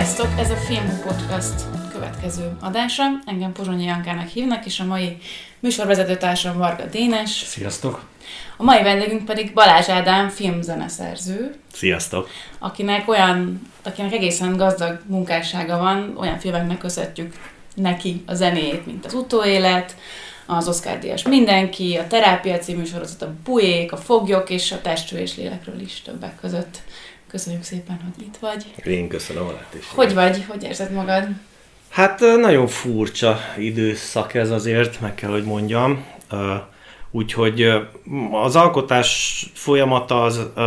Sziasztok! Ez a Film Podcast következő adása. Engem Pozsonyi Jankának hívnak, és a mai műsorvezetőtársam Varga Dénes. Sziasztok! A mai vendégünk pedig Balázs Ádám, filmzeneszerző. Sziasztok! Akinek egészen gazdag munkássága van, olyan filmeknek köszönhetjük neki a zenéjét, mint az Utóélet, az Oscar-díjas Mindenki, a Terápia című sorozat, a Bujék, a Foglyok és a Testről és lélekről is többek között. Köszönjük szépen, hogy itt vagy. Én köszönöm a lehetőséget. Hogy vagy? Hogy érzed magad? Hát nagyon furcsa időszak ez azért, meg kell, hogy mondjam. Úgyhogy az alkotás folyamata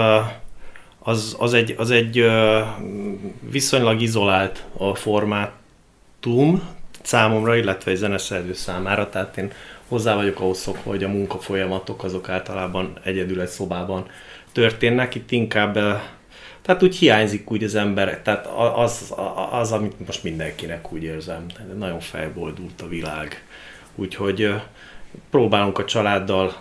az egy viszonylag izolált formátum számomra, illetve egy zeneszerző számára. Tehát én hozzá vagyok ahhoz szokva, hogy a munkafolyamatok azok általában egyedül egy szobában történnek. Itt inkább tehát úgy hiányzik úgy az ember, tehát az, amit most mindenkinek úgy érzem. Nagyon felboldult a világ. Úgyhogy próbálunk a családdal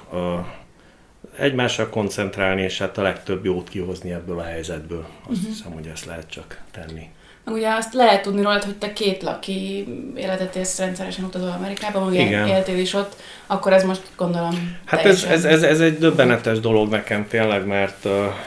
egymásra koncentrálni, és hát a legtöbb jót kihozni ebből a helyzetből. Azt hiszem, hogy ezt lehet csak tenni. Meg ugye azt lehet tudni rólad, hogy te kétlaki életet élsz, rendszeresen utazol Amerikában, ugye éltél is ott, akkor ez most gondolom hát ez egy döbbenetes dolog nekem tényleg, mert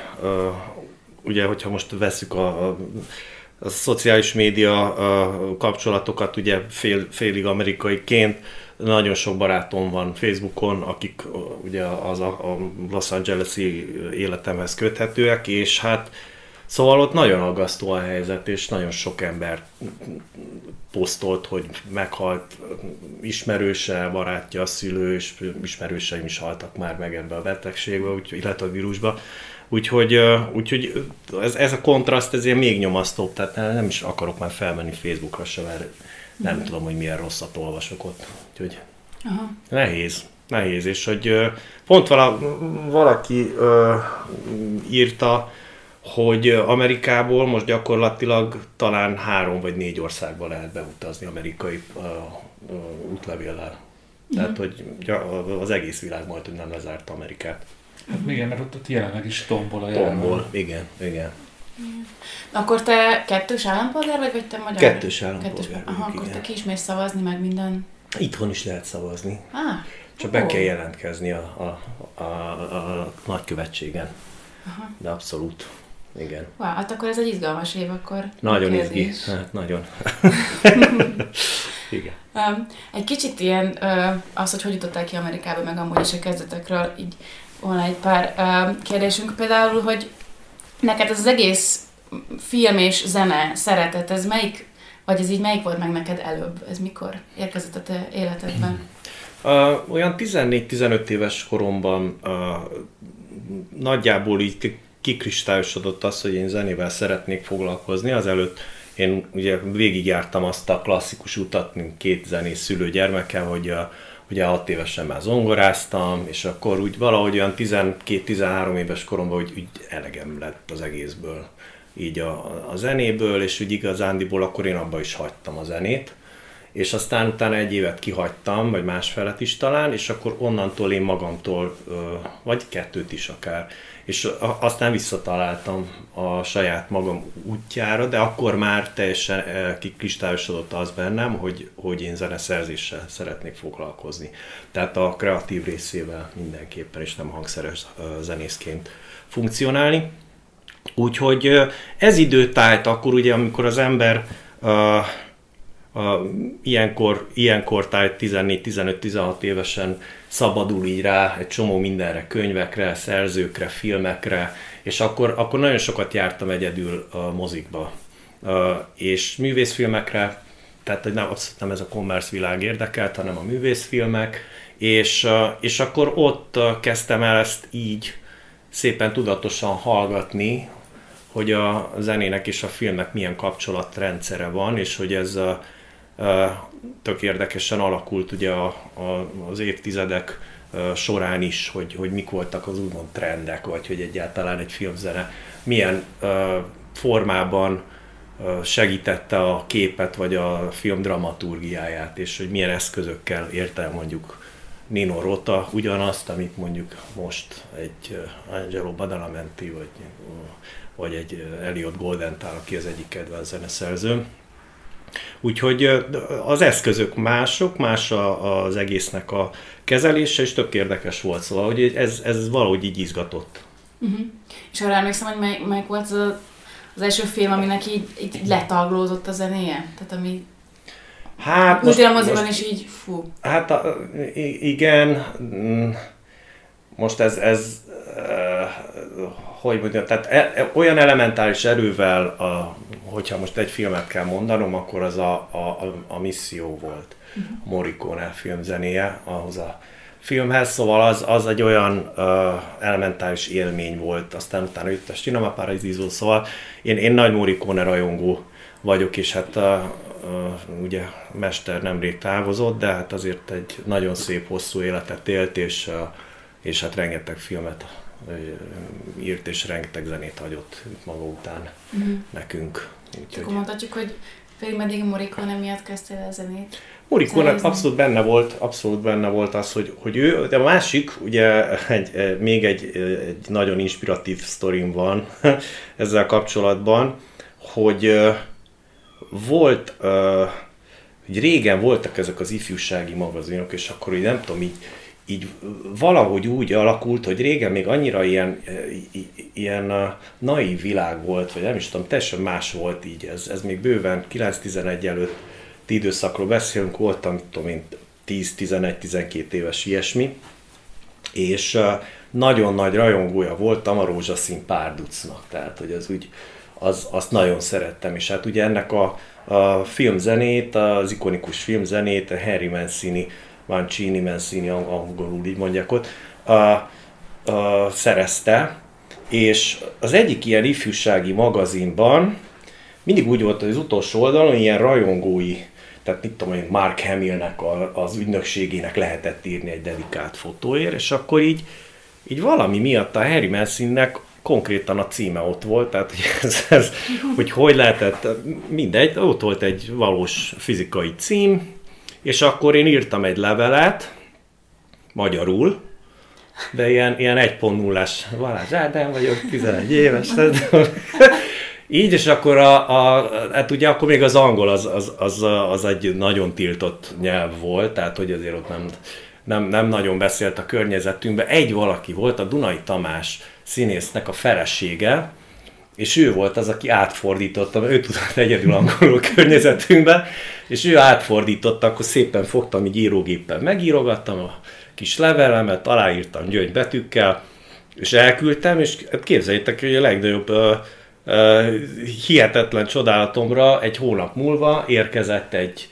ugye, hogyha most vesszük a szociális média kapcsolatokat, ugye félig amerikaiként, nagyon sok barátom van Facebookon, akik ugye a Los Angeles-i életemhez köthetőek, és hát szóval ott nagyon aggasztó a helyzet, és nagyon sok ember posztolt, hogy meghalt ismerőse, barátja, szülő, és ismerőseim is haltak már meg ebbe a betegségbe, illetve a vírusba. Úgyhogy ez a kontraszt ezért még nyomasztóbb, tehát nem is akarok már felmenni Facebookra se, mert nem tudom, hogy milyen rosszat olvasok ott. Úgyhogy nehéz, és hogy pont valaki írta, hogy Amerikából most gyakorlatilag talán 3 vagy 4 országba lehet beutazni amerikai útlevéllel. Tehát, hogy az egész világ majd, hogy nem lezárt Amerikát. Hát igen, mert ott jelenleg is tombol a járvány. Tombol, igen. Akkor te kettős állampolgár vagy te magyar? Kettős állampolgár. Akkor te ki is mész szavazni, meg minden? Itthon is lehet szavazni. Csak be kell jelentkezni a nagykövetségen. Aha. De abszolút, igen. Wow, hát akkor ez egy izgalmas év, akkor. Nagyon izgi, hát nagyon. Igen. Egy kicsit ilyen, az, hogy jutottál ki Amerikába, meg amúgy is a kezdetekről, így van egy pár kérdésünk. Például, hogy neked ez az egész film és zene szeretet, ez melyik volt meg neked előbb? Ez mikor érkezett a te életedben? Olyan 14-15 éves koromban nagyjából így kikristályosodott az, hogy én zenével szeretnék foglalkozni. Azelőtt én ugye végigjártam azt a klasszikus utat, mint 2 zenész szülő gyermeke, hogy ugye 6 évesen már zongoráztam, és akkor úgy valahogy olyan 12-13 éves koromban úgy elegem lett az egészből, így a zenéből, és úgy igazándiból akkor én abba is hagytam a zenét, és aztán utána 1 évet kihagytam, vagy másfelet is talán, és akkor onnantól én magamtól, vagy 2 is akár, és aztán visszataláltam a saját magam útjára, de akkor már teljesen kikristályosodott az bennem, hogy én zeneszerzéssel szeretnék foglalkozni. Tehát a kreatív részével mindenképpen, és nem hangszeres zenészként funkcionálni. Úgyhogy ez időtájt akkor ugye, amikor az ember ilyenkor tájt 14-15-16 évesen szabadul így rá egy csomó mindenre, könyvekre, szerzőkre, filmekre, és akkor nagyon sokat jártam egyedül a mozikba. És művészfilmekre, tehát nem ez a commerce világ érdekelt, hanem a művészfilmek, és akkor ott kezdtem el ezt így szépen tudatosan hallgatni, hogy a zenének és a filmnek milyen kapcsolatrendszere van, és hogy ez tök érdekesen alakult ugye az évtizedek során is, hogy mik voltak az úgymond trendek, vagy hogy egyáltalán egy filmzene milyen formában segítette a képet, vagy a film dramaturgiáját, és hogy milyen eszközökkel érte el mondjuk Nino Rota ugyanazt, amit mondjuk most egy Angelo Badalamenti vagy egy Elliot Goldenthal, aki az egyik kedvenc zeneszerzőm. Úgyhogy az eszközök mások, más az egésznek a kezelése, és tök érdekes volt, szóval hogy ez valahogy így izgatott. És arra emlékszem, hogy melyik volt az első film, aminek így letaglózott a zenéje? Tehát ami... Hát ültél a moziban, és így fú. Hát igen, most ez hogy mondjam, tehát olyan elementáris erővel, hogyha most egy filmet kell mondanom, akkor az a Misszió volt, a Morricone filmzenéje ahhoz a filmhez, szóval az egy olyan elementáris élmény volt, aztán utána jött a Cinema Paradiso, szóval én nagy Morricone rajongó vagyok, és hát ugye mester nemrég távozott, de hát azért egy nagyon szép, hosszú életet élt, és hát rengeteg filmet írt, és rengeteg zenét hagyott maga után nekünk. Úgyhogy... Akkor mondhatjuk, hogy pedig meddig Morricone miatt kezdtél el zenét? Morricone abszolút benne volt az, hogy ő, de a másik, ugye még egy nagyon inspiratív sztorim van ezzel kapcsolatban, hogy volt, hogy régen voltak ezek az ifjúsági magazinok, és akkor így nem tudom, így valahogy úgy alakult, hogy régen még annyira ilyen naív világ volt, vagy nem is tudom, teljesen más volt így. Ez még bőven 9-11 előtti időszakról beszélünk, voltam, tudom én, 10-11-12 éves ilyesmi, és nagyon nagy rajongója voltam a Rózsaszín párducnak, tehát hogy az úgy, azt nagyon szerettem, és hát ugye ennek a filmzenét, az ikonikus filmzenét, Henry Mancini, angolul így mondják ott, szerezte, és az egyik ilyen ifjúsági magazinban mindig úgy volt, hogy az utolsó oldalon ilyen rajongói, tehát mit tudom én, Mark Hamillnek az ügynökségének lehetett írni egy dedikált fotóért, és akkor így valami miatt a Henry Mancinnek konkrétan a címe ott volt, tehát hogy lehetett, mindegy, ott volt egy valós fizikai cím, és akkor én írtam egy levelet, magyarul, de ilyen 1.0-as, Balázs Ádám vagyok, 11 éves, így, és akkor hát ugye akkor még az angol az egy nagyon tiltott nyelv volt, tehát hogy azért ott nem nagyon beszélt a környezetünkben. Egy valaki volt, a Dunai Tamás színésznek a felesége, és ő volt az, aki átfordította, ő tudott egyedül angolul környezetünkben, és ő átfordította, akkor szépen fogtam, így írógéppel megírogattam a kis levelemet, aláírtam gyöngybetűkkel, és elküldtem, és képzeljétek, hogy a legnagyobb hihetetlen csodálatomra egy hónap múlva érkezett egy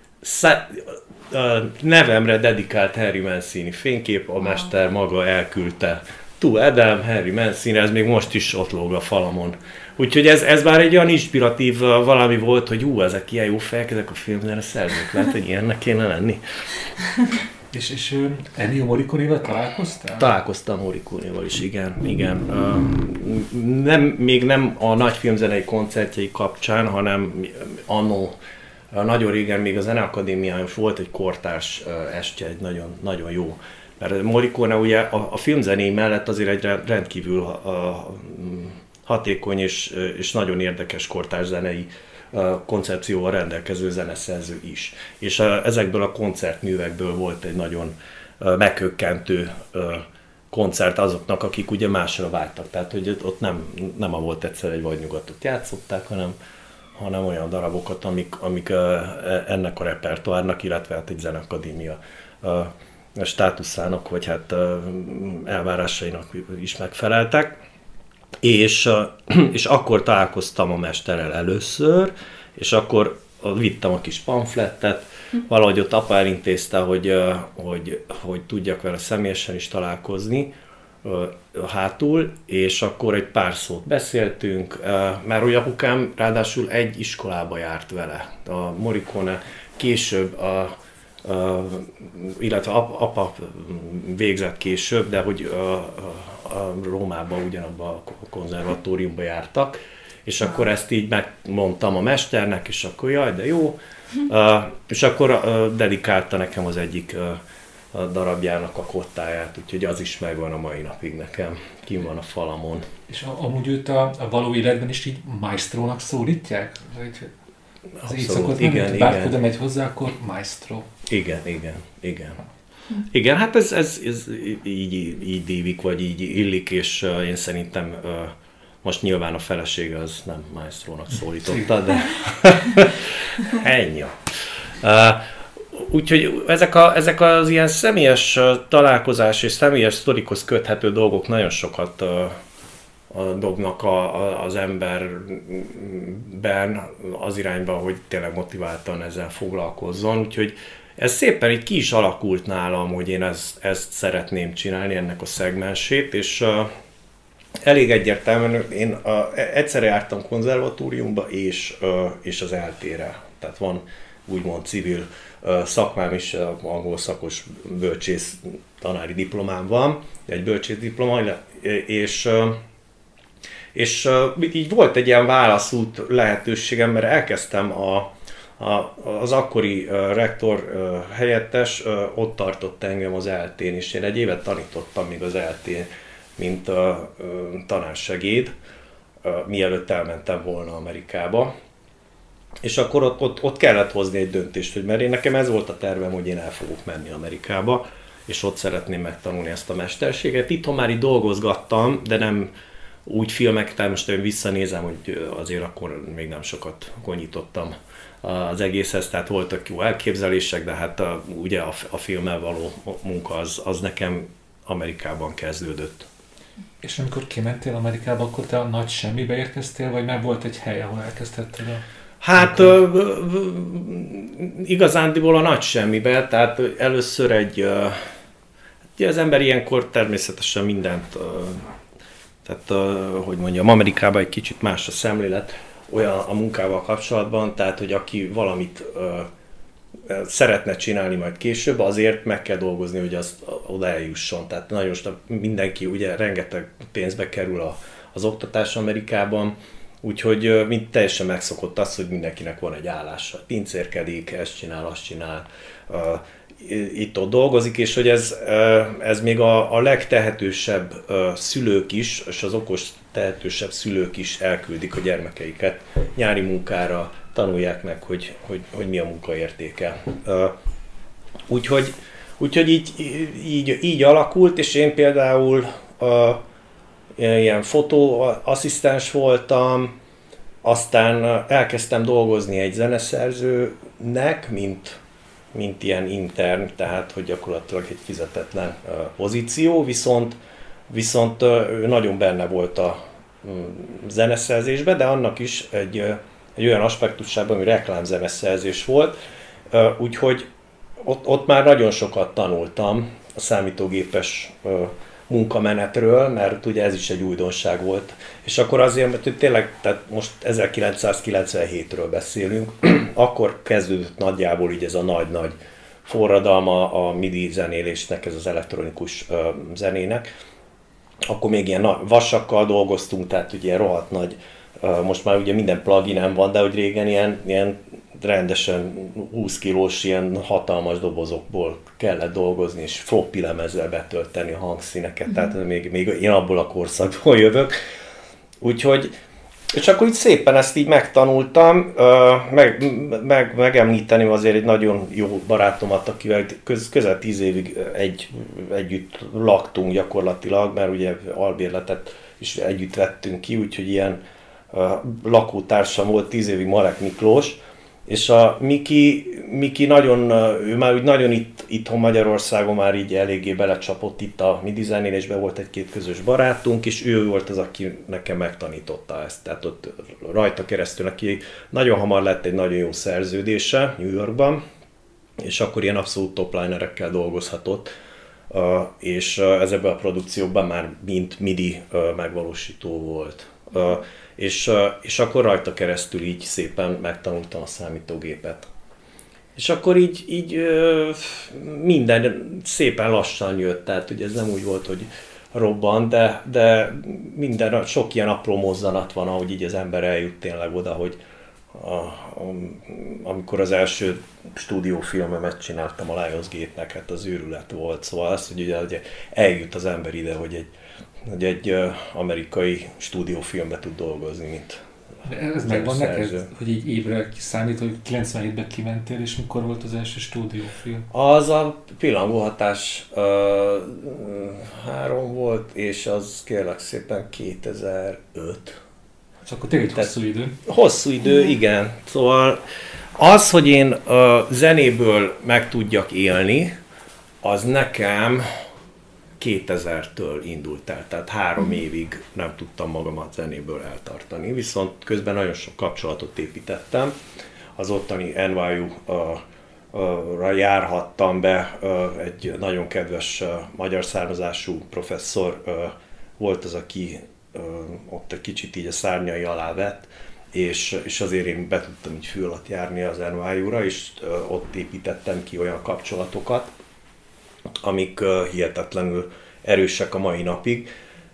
nevemre dedikált Henry Mancini fénykép, a mester maga elküldte. Adam, Henry Mancini, ez még most is ott lóg a falamon. Úgyhogy ez már egy olyan inspiratív valami volt, hogy ezek ilyen jó fejek, ezek a filmzene szerzők, lehet, hogy ilyennek kéne lenni. És Ennio Morricone-val találkoztál? Találkoztam Morricone-val is, igen. Még nem a nagy filmzenei koncertjei kapcsán, hanem anno nagyon régen még a Zeneakadémián volt egy kortárs estje, egy nagyon, nagyon jó. Mert Morricone ugye a filmzené mellett azért egy rendkívül hatékony és nagyon érdekes kortárs zenei koncepcióval rendelkező zeneszerző is. És ezekből a koncertművekből volt egy nagyon meghökkentő koncert azoknak, akik ugye másra vágytak. Tehát, hogy ott nem volt egyszer egy vadnyugatot játszották, hanem olyan darabokat, amik ennek a repertoárnak, illetve hát egy Zeneakadémia státuszának, vagy hát elvárásainak is megfeleltek. És akkor találkoztam a mesterrel először, és akkor vittem a kis pamflettet, valahogy ott apa elintézte, hogy tudjak vele személyesen is találkozni hátul, és akkor egy pár szót beszéltünk, mert hogy apukám ráadásul egy iskolába járt vele. A Morricone később, illetve apa végzett később, de hogy Rómában ugyanabban a konzervatóriumban jártak, és akkor ezt így megmondtam a mesternek, és akkor jaj, de jó, és akkor dedikálta nekem az egyik darabjának a kottáját, úgyhogy az is megvan a mai napig nekem, kim van a falamon. És amúgy őt a való életben is így maestrónak szólítják? Az így szokott igen. Bárki oda megy hozzá, akkor maestro. Igen. Igen, hát ez így dívik, vagy így illik, és én szerintem most nyilván a felesége az nem maestrónak szólította, de ennyi. Úgyhogy ezek az ilyen személyes találkozás és személyes sztorikhoz köthető dolgok nagyon sokat dobnak az emberben az irányba, hogy tényleg motiváltan ezzel foglalkozzon. Úgyhogy ez szépen így ki is alakult nálam, hogy én ezt szeretném csinálni, ennek a szegmensét, és elég egyértelműen én egyszerre jártam konzervatóriumba és az ELTE-re. Tehát van úgymond civil szakmám is, angol szakos bölcsész tanári diplomám van, egy bölcsész diploma, és így volt egy ilyen válaszút lehetőségem, mert elkezdtem az akkori rektor helyettes, ott tartott engem az ELTE-n, és én egy évet tanítottam még az ELTE-n, mint tanársegéd, mielőtt elmentem volna Amerikába. És akkor ott kellett hozni egy döntést, hogy mert nekem ez volt a tervem, hogy én el fogok menni Amerikába, és ott szeretném megtanulni ezt a mesterséget. Itthon már így dolgozgattam, de nem úgy filmekkel, most én visszanézem, hogy azért akkor még nem sokat konyítottam az egészhez, tehát voltak jó elképzelések, de hát ugye a filmmel való munka az nekem Amerikában kezdődött. És amikor kimentél Amerikába, akkor te a nagy semmibe érkeztél, vagy már volt egy hely, ahol elkezdhettél a... Hát igazándiból a nagy semmibe, tehát először az ember ilyenkor természetesen mindent, tehát hogy mondjam, Amerikában egy kicsit más a szemlélet olyan a munkával kapcsolatban, tehát hogy aki valamit szeretne csinálni majd később, azért meg kell dolgozni, hogy azt oda eljusson. Tehát nagyon mindenki, ugye rengeteg pénzbe kerül az oktatás Amerikában, úgyhogy teljesen megszokott az, hogy mindenkinek van egy állása. Pincérkedik, ezt csinál, azt csinál, itt-ott dolgozik, és hogy ez még a legtehetősebb szülők is, és az okos tehetősebb szülők is elküldik a gyermekeiket nyári munkára, tanulják meg, hogy mi a munka értéke. Úgyhogy így alakult, és én például ilyen fotóasszisztens voltam, aztán elkezdtem dolgozni egy zeneszerzőnek, mint ilyen intern, tehát hogy gyakorlatilag egy fizetetlen pozíció, viszont ő nagyon benne volt a zeneszerzésben, de annak is egy olyan aspektusában, ami reklámzeneszerzés volt, úgyhogy ott már nagyon sokat tanultam a számítógépes munkamenetről, mert ugye ez is egy újdonság volt. És akkor azért, mert tényleg, tehát most 1997-ről beszélünk, akkor kezdődött nagyjából így ez a nagy-nagy forradalma a MIDI zenélésnek, ez az elektronikus zenének. Akkor még ilyen vasakkal dolgoztunk, tehát ugye ilyen rohadt nagy, most már ugye minden pluginem van, de hogy régen ilyen rendesen 20 kilós, ilyen hatalmas dobozokból kellett dolgozni, és floppy lemezzel betölteni a hangszíneket, tehát még én abból a korszakból jövök. Úgyhogy, és akkor így szépen ezt így megtanultam, megemlíteném azért egy nagyon jó barátomat, akivel közel 10 évig együtt laktunk gyakorlatilag, mert ugye albérletet is együtt vettünk ki, úgyhogy ilyen lakótársam volt 10 évig, Marek Miklós, és a Miki nagyon, ő már úgy nagyon itthon Magyarországon már így eléggé belecsapott itt a MIDI zenélésben, volt egy-két közös barátunk, és ő volt az, aki nekem megtanította ezt. Tehát ott rajta keresztül neki nagyon hamar lett egy nagyon jó szerződése New Yorkban, és akkor ilyen abszolút toplinerekkel dolgozhatott, és ezekben a produkciókban már mint MIDI megvalósító volt. És akkor rajta keresztül így szépen megtanultam a számítógépet. És akkor így minden szépen lassan jött, tehát ugye ez nem úgy volt, hogy robban, de minden, sok ilyen apró mozzanat van, ahogy így az ember eljut tényleg oda, hogy amikor az első stúdiófilmemet csináltam a Lionsgate-nek, hát az őrület volt. Szóval az, hogy ugye eljut az ember ide, hogy egy amerikai stúdiófilmbe tud dolgozni, mint ez megvan neked, hogy így évre kiszámít, hogy 97-ben kimentél, és mikor volt az első stúdiófilm? Az a Pillangó hatás 3 volt, és az kérlek szépen 2005. Csak akkor tényleg hosszú idő. Hosszú idő, igen. Szóval az, hogy én zenéből meg tudjak élni, az nekem 2000-től indult el, tehát 3 évig nem tudtam magamat zenéből eltartani, viszont közben nagyon sok kapcsolatot építettem. Az ottani NYU-ra járhattam be, egy nagyon kedves magyar származású professzor volt az, aki ott egy kicsit így a szárnyai alá vett, és azért én be tudtam így fül alatt járni az NYU-ra, és ott építettem ki olyan kapcsolatokat, amik hihetetlenül erősek a mai napig.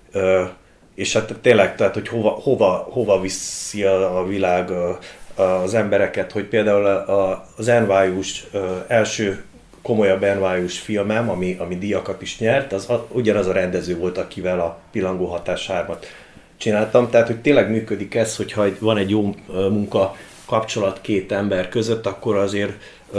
És hát tényleg, tehát, hogy hova viszi a világ az embereket, hogy például az NYU-s első komolyabb NYU-s filmem, ami díjakat is nyert, az ugyanaz a rendező volt, akivel a Pillangó hatás 3-at csináltam. Tehát, hogy tényleg működik ez, hogyha van egy jó munka kapcsolat két ember között, akkor azért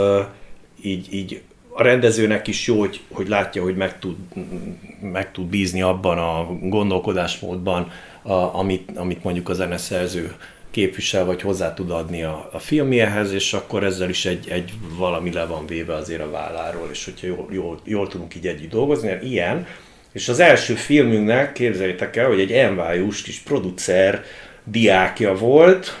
így a rendezőnek is jó, hogy látja, hogy meg tud bízni abban a gondolkodásmódban, amit mondjuk a zeneszerző képvisel, vagy hozzá tud adni a filmjéhez, és akkor ezzel is egy valami le van véve azért a válláról, és hogyha jól tudunk így együtt dolgozni, ilyen. És az első filmünknek, képzeljétek el, hogy egy NYU-s kis producer diákja volt,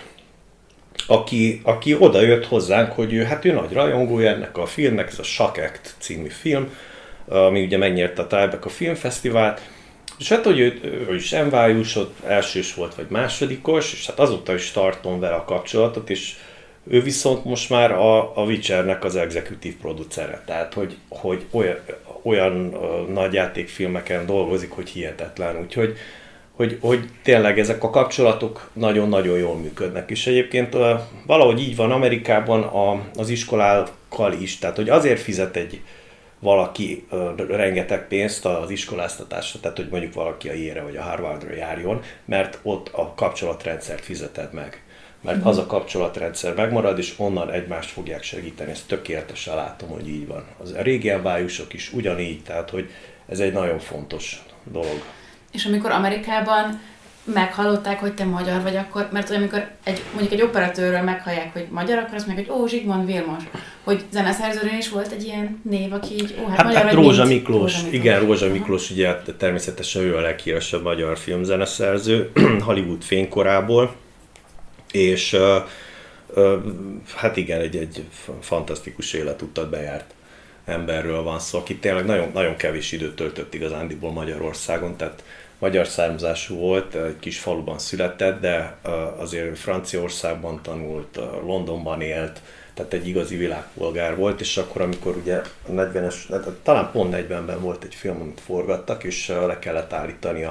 aki oda jött hozzánk, hogy ő nagy rajongója ennek a filmnek, ez a Shock Act című film, ami ugye megnyerte a Tribeca Filmfesztivált, és hát, hogy ő is NYU-s, ott elsős volt, vagy másodikos, és hát azóta is tartom vele a kapcsolatot, és ő viszont most már a Witchernek az executive producere, tehát hogy olyan nagy játékfilmeken dolgozik, hogy hihetetlen, úgyhogy hogy tényleg ezek a kapcsolatok nagyon-nagyon jól működnek. És egyébként valahogy így van Amerikában az iskolákkal is, tehát hogy azért fizet valaki rengeteg pénzt az iskoláztatásra, tehát hogy mondjuk valaki a Yale-re vagy a Harvardra járjon, mert ott a kapcsolatrendszert fizeted meg. Mert az a kapcsolatrendszer megmarad, és onnan egymást fogják segíteni. Ezt tökéletesen látom, hogy így van. A régi NYU-sok is ugyanígy, tehát hogy ez egy nagyon fontos dolog. És amikor Amerikában meghallották, hogy te magyar vagy, akkor, mert amikor mondjuk egy operatőrről meghallják, hogy magyar, akkor azt mondják, hogy Zsigmond Vilmos. Hogy zeneszerzőn is volt egy ilyen név, aki így, magyar vagy Rózsa Miklós. Igen, Rózsa Miklós, ugye természetesen ő a leghíresebb magyar filmzeneszerző, Hollywood fénykorából. És hát igen, egy fantasztikus életutat bejárt emberről van szó, aki tényleg nagyon, nagyon kevés időt töltött igazándiból Magyarországon, tehát magyar származású volt, egy kis faluban született, de azért Franciaországban tanult, Londonban élt, tehát egy igazi világpolgár volt, és akkor, amikor ugye a 40-es, talán pont 40-ben volt egy film, amit forgattak, és le kellett állítani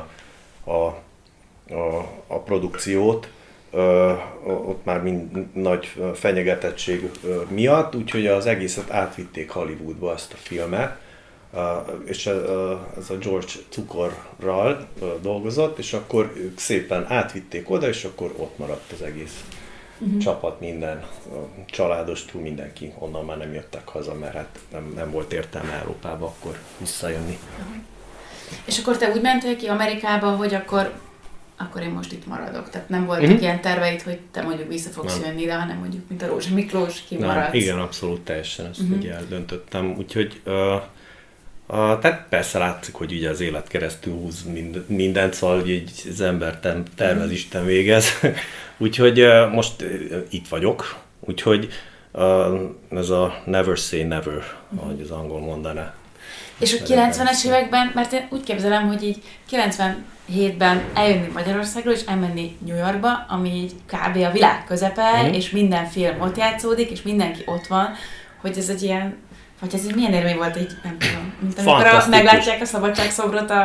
a produkciót, ott már nagy fenyegetettség miatt, úgyhogy az egészet átvitték Hollywoodba, ezt a filmet, és ez a George Cukorral dolgozott, és akkor ők szépen átvitték oda, és akkor ott maradt az egész csapat, minden családostól, mindenki, onnan már nem jöttek haza, mert hát nem volt értelme Európába akkor visszajönni. És akkor te úgy mentél ki Amerikába, hogy akkor én most itt maradok. Tehát nem voltak ilyen terveid, hogy te mondjuk vissza fogsz jönni ide, hanem mondjuk, mint a Rózsa Miklós, kimaradsz. Igen, abszolút teljesen ezt ugye eldöntöttem. Úgyhogy tehát persze látszik, hogy ugye az élet keresztül húz mindent, szóval hogy az ember tervez, Isten végez. Úgyhogy most itt vagyok. Úgyhogy ez a never say never, ahogy az angol mondaná. És a 90-es években, mert én úgy képzelem, hogy így 97-ben eljönni Magyarországról, és elmenni New Yorkba, ami így kb. A világ közepe, és minden film ott játszódik, és mindenki ott van, hogy ez egy ilyen, vagy ez egy milyen élmény volt, így nem tudom, mint amikor meglátják a szabadságszobrot a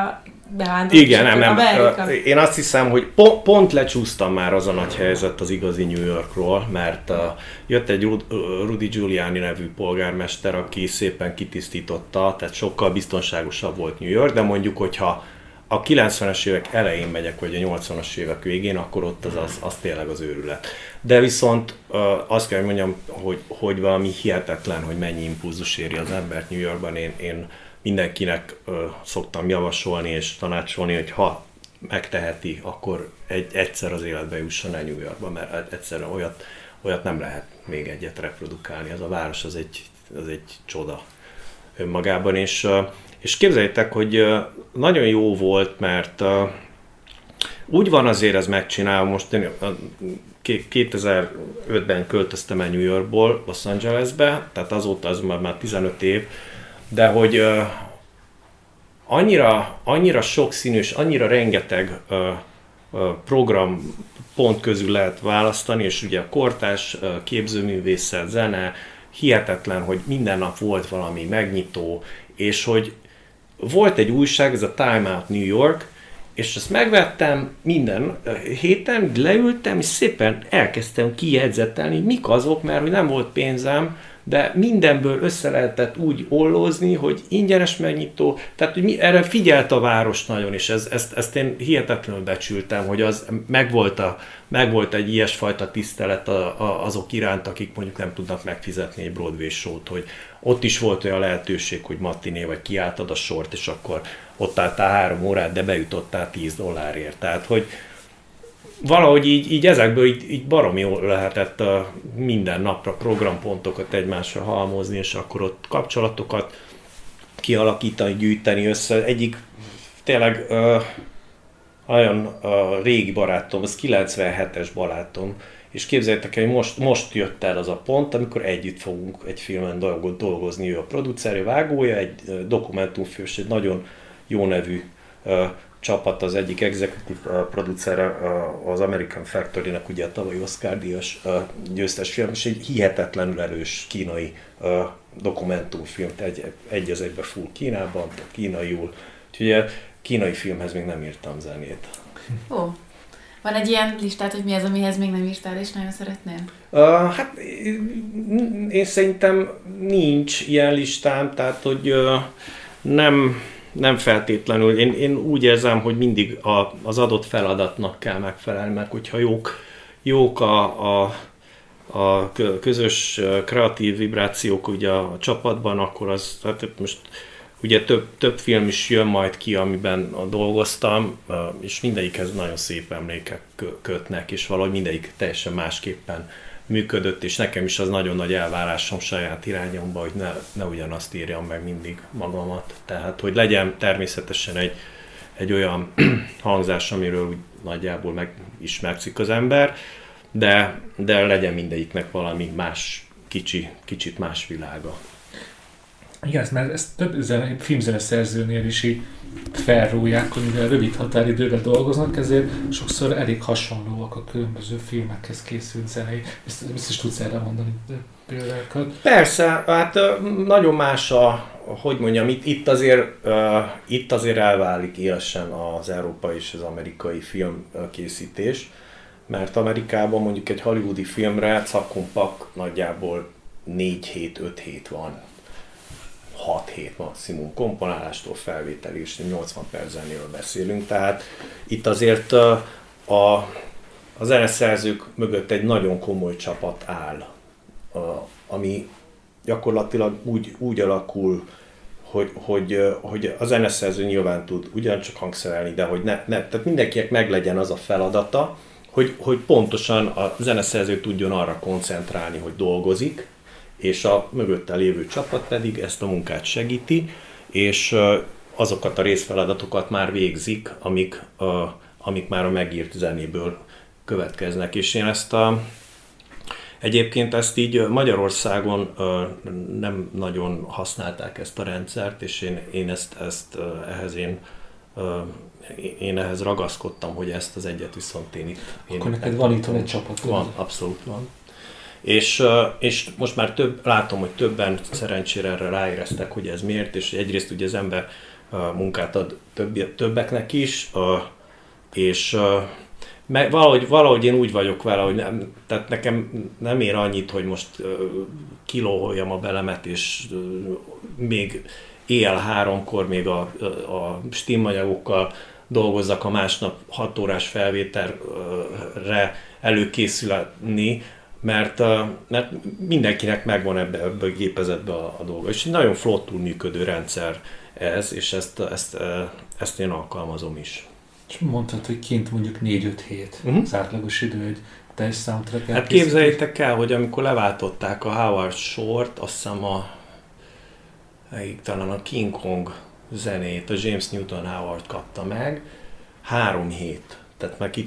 bevándorlás. Igen, nem. Én azt hiszem, hogy pont lecsúsztam már az a nagy helyzet az igazi New Yorkról, mert jött egy Rudy Giuliani nevű polgármester, aki szépen kitisztította, tehát sokkal biztonságosabb volt New York, de mondjuk, hogyha a 90-es évek elején megyek, vagy a 80-as évek végén, akkor ott az tényleg az őrület. De viszont azt kell, hogy mondjam, hogy valami hihetetlen, hogy mennyi impulzus éri az embert New Yorkban. Én mindenkinek szoktam javasolni és tanácsolni, hogy ha megteheti, akkor egyszer az életbe jusson el New Yorkba, mert egyszerűen olyat nem lehet még egyet reprodukálni. Ez a város az egy csoda önmagában, és képzeljétek, hogy nagyon jó volt, mert úgy van azért ez megcsinálva, most én 2005-ben költöztem el New Yorkból Los Angelesbe, tehát azóta az már 15 év, de hogy annyira sokszínű és annyira rengeteg programpont közül lehet választani, és ugye a kortárs képzőművészet, zene, hihetetlen, hogy minden nap volt valami megnyitó, és hogy volt egy újság, ez a Time Out New York, és ezt megvettem minden héten, leültem, és szépen elkezdtem kijegyzetelni, mik azok, mert hogy nem volt pénzem, de mindenből össze lehetett úgy ollózni, hogy ingyenes megnyitó, tehát hogy erre figyelt a város nagyon, és ezt én hihetetlenül becsültem, hogy az megvolt egy ilyesfajta tisztelet azok iránt, akik mondjuk nem tudnak megfizetni egy Broadway show-t, hogy ott is volt olyan lehetőség, hogy matiné, vagy kiálltad a sort, és akkor ott álltál 3 órát, de bejutottál $10. Tehát, hogy valahogy így ezekből így baromi jól lehetett minden napra programpontokat egymásra halmozni, és akkor ott kapcsolatokat kialakítani, gyűjteni össze. Egyik tényleg olyan régi barátom, az 97-es barátom, és képzeljétek el, hogy most jött el az a pont, amikor együtt fogunk egy filmen dolgozni, ő a producer, vágója, egy dokumentumfős, egy nagyon jó nevű csapat, az egyik executive producer az American Factory-nek, ugye a tavalyi Oscar-díjas győztes film, és egy hihetetlenül erős kínai dokumentumfilm, egy az egybe full Kínában, kínaiul, úgyhogy a kínai filmhez még nem írtam zenét. Ó, van egy ilyen listát, hogy mi az, amihez még nem írtál, és nagyon szeretnél? Hát én szerintem nincs ilyen listám, tehát hogy nem feltétlenül. Én úgy érzem, hogy mindig az adott feladatnak kell megfelelni, mert hogyha jók a közös kreatív vibrációk ugye a csapatban, akkor az, hát most ugye több film is jön majd ki, amiben dolgoztam, és mindegyikhez nagyon szép emlékek kötnek, és valahogy mindegyik teljesen másképpen működött, és nekem is az nagyon nagy elvárásom saját irányomba, hogy ne ugyanazt írjam meg mindig magamat. Tehát, hogy legyen természetesen egy olyan hangzás, amiről úgy nagyjából megismertszik az ember, de legyen mindegyiknek valami más, kicsit más világa. Igen, mert ezt több filmzeneszerzőnél is így felrúlják, hogy mivel rövid határidőben dolgoznak, ezért sokszor elég hasonlóak a különböző filmekhez készült zenei. Biztos tudsz erre mondani példákat? Persze, hát nagyon más hogy mondjam, itt azért elválik élesen az európai és az amerikai filmkészítés, mert Amerikában mondjuk egy hollywoodi filmre cakkumpak nagyjából 4 hét, 5 hét van. 6 hét maximum komponálástól felvételig, és 80 perc zenéről beszélünk, tehát itt azért a zeneszerzők mögött egy nagyon komoly csapat áll, ami gyakorlatilag úgy alakul, hogy a zeneszerző nyilván tud ugyancsak hangszerelni, de hogy tehát mindenkinek meglegyen az a feladata, hogy pontosan a zeneszerző tudjon arra koncentrálni, hogy dolgozik, és a mögötte lévő csapat pedig ezt a munkát segíti, és azokat a részfeladatokat már végzik, amik már a megírt zenéből következnek. És én egyébként ezt így Magyarországon nem nagyon használták ezt a rendszert, és én ehhez ragaszkodtam, hogy ezt az egyet viszont én itt... Akkor neked van itt egy csapat? Van, abszolút van. És most már látom, hogy többen szerencsére erre ráéreztek, hogy ez miért, és egyrészt ugye az ember munkát ad többeknek is, és valahogy én úgy vagyok vele, hogy tehát nekem nem ér annyit, hogy most kilóholjam a belemet, és még éjjel 3-kor még a stimmanyagokkal dolgozzak a másnap 6 órás felvételre előkészülni, mert mindenkinek megvan ebbe a gépezetbe a dolga. És egy nagyon flottul működő rendszer ez, és ezt én alkalmazom is. És mondtad, hogy kint mondjuk 4-5 hét az átlagos idő, hogy teljes soundtrack. Hát képzeljétek el, hogy amikor leváltották a Howard Shore-t, azt hiszem talán a King Kong zenét, a James Newton Howard kapta meg, 3 hét. Tehát már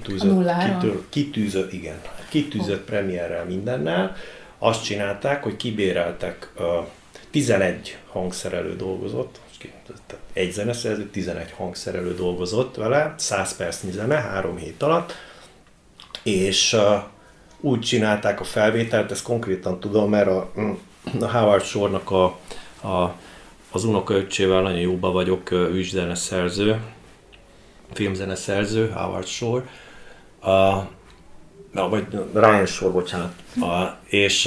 kitűzött premierrel mindennel. Azt csinálták, hogy kibéreltek 11 hangszerelő dolgozott, egy zeneszerző, 11 hangszerelő dolgozott vele, 100 percnyi zene, 3 hét alatt, és úgy csinálták a felvételt, ezt konkrétan tudom, mert a Howard Shore-nak az unokaöccsével nagyon jóba vagyok, ő is zeneszerző, filmzeneszerző, Howard Shore, vagy Ryan Shore, bocsánat, és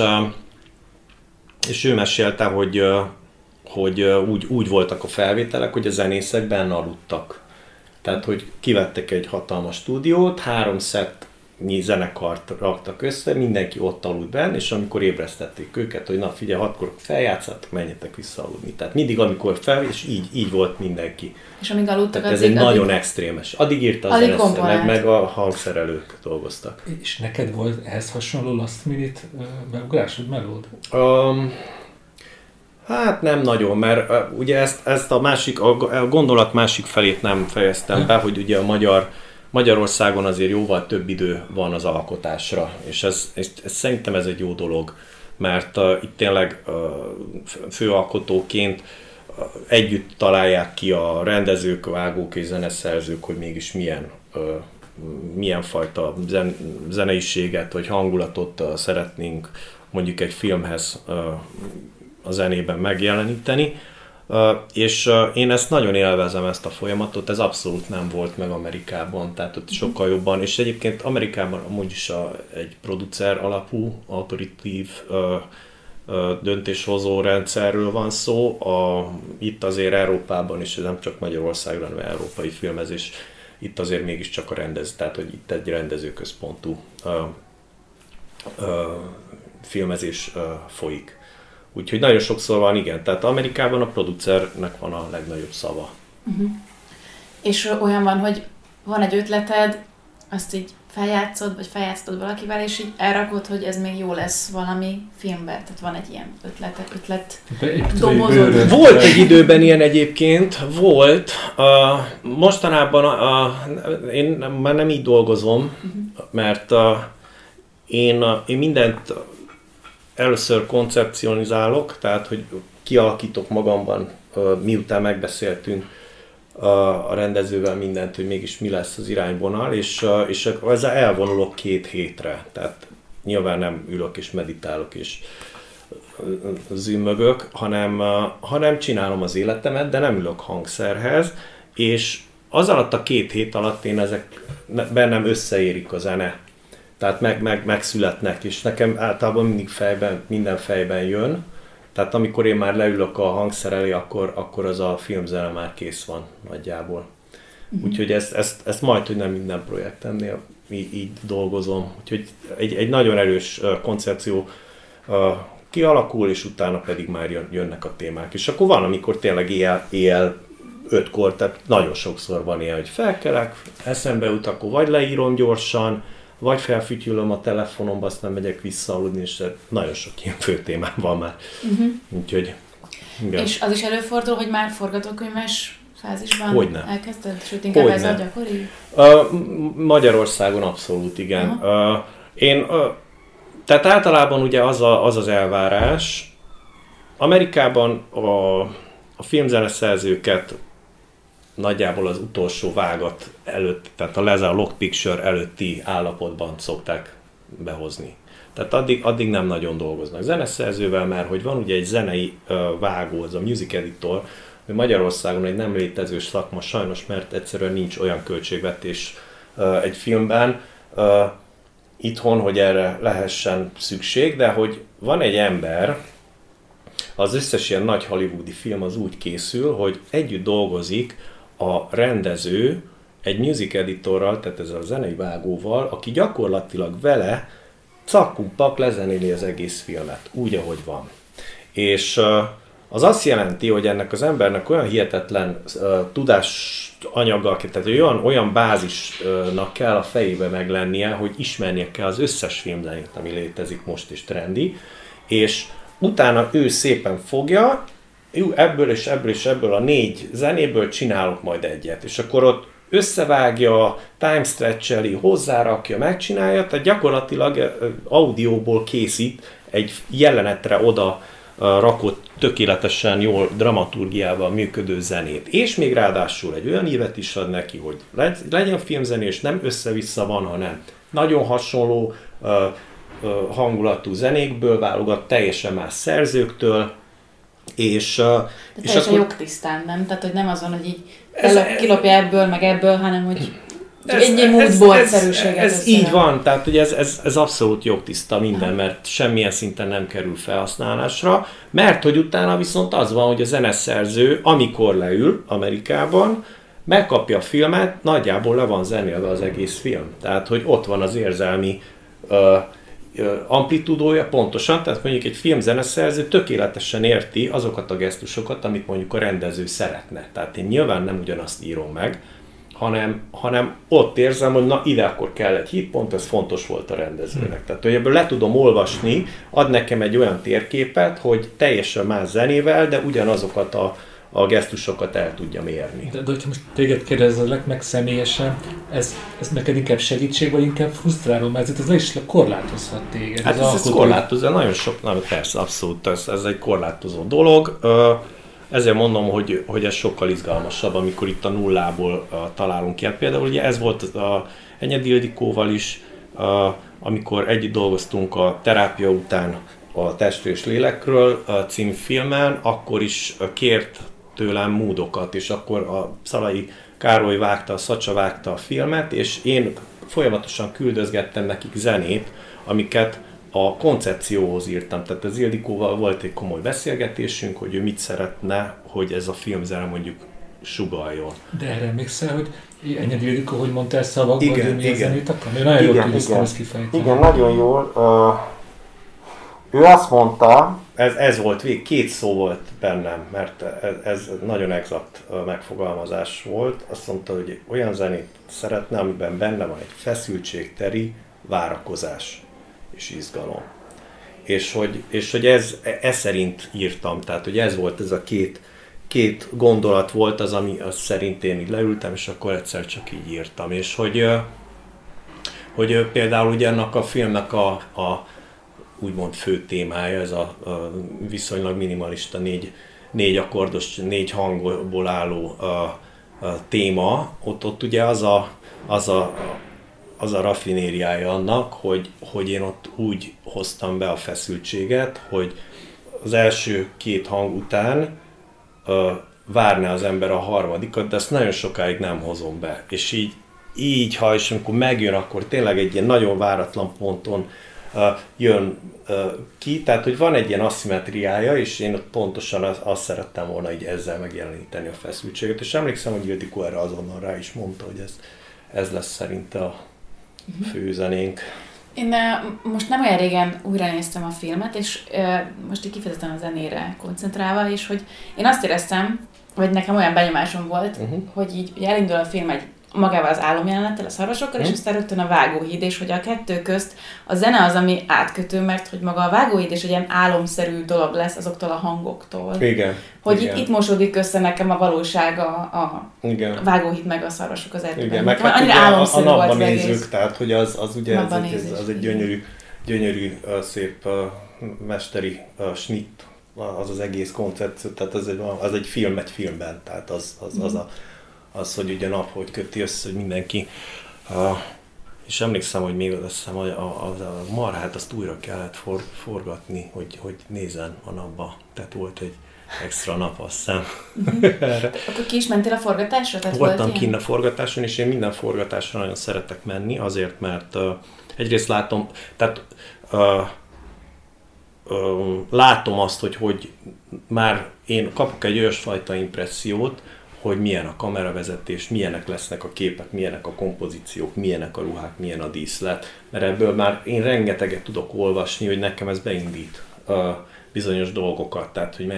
ő mesélte, hogy úgy voltak a felvételek, hogy a zenészek benne aludtak. Tehát, hogy kivettek egy hatalmas stúdiót, 3 szettnyi zenekart raktak össze, mindenki ott aludt benne, és amikor ébresztették őket, hogy na figyelj, 6-kor feljátszottak, menjetek vissza aludni. Tehát mindig, amikor és így volt mindenki. És amíg aludtak, tehát ez egy nagyon extrémes. Addig írta a zeneszerző, meg a hangszerelők dolgoztak. És neked volt ehhez hasonló last minute beugrásod, melód? Hát nem nagyon, mert ugye ezt a gondolat másik felét nem fejeztem be, hogy ugye Magyarországon azért jóval több idő van az alkotásra, és ez szerintem ez egy jó dolog, mert itt tényleg főalkotóként együtt találják ki a rendezők, a vágók és zeneszerzők, hogy mégis milyen fajta zeneiséget vagy hangulatot szeretnénk mondjuk egy filmhez a zenében megjeleníteni, és én ezt nagyon élvezem, ezt a folyamatot, ez abszolút nem volt meg Amerikában, tehát ott sokkal jobban, és egyébként Amerikában amúgy is egy producer alapú, autoritív döntéshozó rendszerről van szó, itt azért Európában is, nem csak Magyarországra, hanem európai filmezés, itt azért mégiscsak a rendező, tehát hogy itt egy rendezőközpontú filmezés folyik. Úgyhogy nagyon sokszor van, igen, tehát Amerikában a producernek van a legnagyobb szava. És olyan van, hogy van egy ötleted, azt így feljátszod, vagy feljátszod valakivel, és így elrakod, hogy ez még jó lesz valami filmben. Tehát van egy ilyen ötlet dobozod. Volt egy időben ilyen egyébként, volt. Mostanában én már nem így dolgozom, mert én mindent először koncepcionizálok, tehát hogy kialakítok magamban, miután megbeszéltünk a rendezővel mindent, hogy mégis mi lesz az irányvonal, és ezzel elvonulok 2 hétre. Tehát nyilván nem ülök és meditálok és zümmögök, hanem csinálom az életemet, de nem ülök hangszerhez, és az alatt a 2 hét alatt bennem összeérik a zene. Tehát megszületnek, és nekem általában mindig minden fejben jön. Tehát amikor én már leülök a hangszer elé, akkor az a filmzene már kész van nagyjából. Úgyhogy ezt majd, hogy nem minden projektemnél így dolgozom. Úgyhogy egy nagyon erős koncepció kialakul, és utána pedig már jönnek a témák. És akkor van, amikor tényleg éjjel 5-kor, tehát nagyon sokszor van ilyen, hogy felkelek, eszembe jut, akkor vagy leírom gyorsan, vagy felfütyülöm a telefonomba, aztán megyek vissza aludni, és nagyon sok ilyen fő témám van már. Úgyhogy, igen. És az is előfordul, hogy már forgatókönyves fázisban Hogyne. elkezdted? Sőt, inkább ez a gyakori? Magyarországon abszolút, igen. Tehát általában ugye az az elvárás, Amerikában a filmzeneszerzőket nagyjából az utolsó vágat előtt, tehát a lock picture előtti állapotban szokták behozni. Tehát addig nem nagyon dolgoznak zeneszerzővel, mert hogy van ugye egy zenei vágó, az a music editor, Magyarországon egy nem létező szakma sajnos, mert egyszerűen nincs olyan költségvetés egy filmben itthon, hogy erre lehessen szükség, de hogy van egy ember, az összes ilyen nagy hollywoodi film az úgy készül, hogy együtt dolgozik a rendező egy music editorral, tehát ezzel a zenei vágóval, aki gyakorlatilag vele cakkumpak lezenéli az egész filmet, úgy, ahogy van. És az azt jelenti, hogy ennek az embernek olyan hihetetlen tudásanyaga, tehát olyan bázisnak kell a fejébe meglennie, hogy ismernie kell az összes filmzenét, ami létezik most is trendi, és utána ő szépen fogja, ebből és ebből és ebből a 4 zenéből csinálok majd egyet, és akkor ott összevágja, time stretcheli, hozzárakja, megcsinálja, tehát gyakorlatilag audióból készít egy jelenetre oda rakott tökéletesen jól dramaturgiával működő zenét. És még ráadásul egy olyan ívet is ad neki, hogy legyen filmzenés, nem össze-vissza van, hanem nagyon hasonló hangulatú zenékből válogat, teljesen más szerzőktől, és teljesen akkor jogtisztán, nem? Tehát, hogy nem azon, hogy így kilopja ebből, meg ebből, hanem hogy egy módborszerűséget. Ez így van, tehát hogy ez abszolút jogtiszta minden, mert semmilyen szinten nem kerül felhasználásra, mert hogy utána viszont az van, hogy a zeneszerző, amikor leül Amerikában, megkapja a filmet, nagyjából le van zenélve az egész film. Tehát, hogy ott van az érzelmi amplitúdója pontosan, tehát mondjuk egy filmzeneszerző tökéletesen érti azokat a gesztusokat, amit mondjuk a rendező szeretne. Tehát én nyilván nem ugyanazt írom meg, hanem ott érzem, hogy na ide akkor kell egy hitpont, ez fontos volt a rendezőnek. Tehát, hogy ebből le tudom olvasni, ad nekem egy olyan térképet, hogy teljesen más zenével, de ugyanazokat a gesztusokat el tudja mérni. De hogyha most téged kérdezlek meg személyesen, ez neked inkább segítség, vagy inkább frusztráló, mert ez le is korlátozhat téged. Hát ez korlátozó, nagyon sok, persze, abszolút, ez egy korlátozó dolog. Ezért mondom, hogy ez sokkal izgalmasabb, amikor itt a nullából találunk ki. Például ugye ez volt a Enyedi Ildikóval is, amikor együtt dolgoztunk a Terápia után a Testről és Lélekről című filmen, akkor is kért tőlem módokat, és akkor a Szalai Károly vágta, a Szacsa vágta a filmet, és én folyamatosan küldözgettem nekik zenét, amiket a koncepcióhoz írtam. Tehát az Ildikóval volt egy komoly beszélgetésünk, hogy ő mit szeretne, hogy ez a filmzene mondjuk sugalljon. De erre emlékszel, hogy Enyedi Ildikó, hogy mondta ezt szavakban, hogy ő milyen zenét akar? Ő nagyon jól tudja ezt kifejteni. Igen, nagyon jól. Ő azt mondta, ez volt végig, 2 szó volt bennem, mert ez nagyon exakt megfogalmazás volt. Azt mondta, hogy olyan zenét szeretne, amiben benne van egy feszültségteri várakozás és izgalom. És hogy ez szerint írtam, tehát hogy ez volt ez a két gondolat volt az, ami az szerint én így leültem, és akkor egyszer csak így írtam. És hogy például ugye ennek a filmnek a úgymond fő témája, ez a viszonylag minimalista 4 akkordos, 4 hangból álló téma, ott ugye az a raffinériája annak, hogy én ott úgy hoztam be a feszültséget, hogy az első 2 hang után várná az ember a harmadikat, de ezt nagyon sokáig nem hozom be. És így ha és amikor megjön, akkor tényleg egy ilyen nagyon váratlan ponton jön ki, tehát hogy van egy ilyen aszimmetriája, és én ott pontosan azt szerettem volna így ezzel megjeleníteni a feszültséget, és emlékszem, hogy Ildikó erre azonnal rá is mondta, hogy ez lesz szerinte a főzenénk. Én most nem olyan régen újra néztem a filmet, és most így kifejezetten a zenére koncentrálva, és hogy én azt éreztem, vagy nekem olyan benyomásom volt, hogy így ugye elindul a film egy magával az álomjelenettel, a szarvasokkal, és aztán rögtön a vágóhíd, és hogy a kettő közt a zene az, ami átkötő, mert hogy maga a vágóhíd és egy ilyen álomszerű dolog lesz azoktól a hangoktól. Igen. Hogy igen. Itt mosódik össze nekem a valóság, a vágóhíd meg a szarvasok az erdőben. Igen, meg hát ugye a napban nézzük, tehát hogy az ugye az egy gyönyörű, szép mesteri snitt, az egész koncepció, tehát az egy film egy filmben, tehát az, hogy ugye a nap hogy köti össze, hogy mindenki. És emlékszem, hogy még azt hiszem, hogy a marhát azt újra kellett forgatni, hogy nézzen a napba. Tehát volt egy extra nap, azt hiszem. Akkor ki is mentél a forgatásra? Tehát Voltam kinn a forgatáson, és én minden forgatásra nagyon szeretek menni, azért, mert egyrészt látom, tehát látom azt, hogy már én kapok egy olyasfajta impressziót, hogy milyen a kameravezetés, milyenek lesznek a képek, milyenek a kompozíciók, milyenek a ruhák, milyen a díszlet, mert ebből már én rengeteget tudok olvasni, hogy nekem ez beindít bizonyos dolgokat, tehát hogy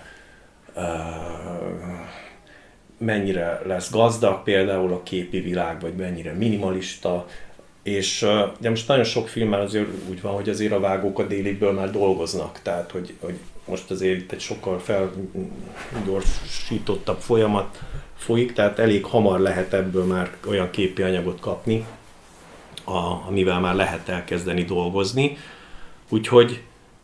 mennyire lesz gazdag például a képi világ, vagy mennyire minimalista, és de most nagyon sok filmmel azért úgy van, hogy azért a vágók a déliből már dolgoznak, tehát hogy most azért itt egy sokkal felgyorsítottabb folyamat folyik, tehát elég hamar lehet ebből már olyan képi anyagot kapni, amivel már lehet elkezdeni dolgozni. Úgyhogy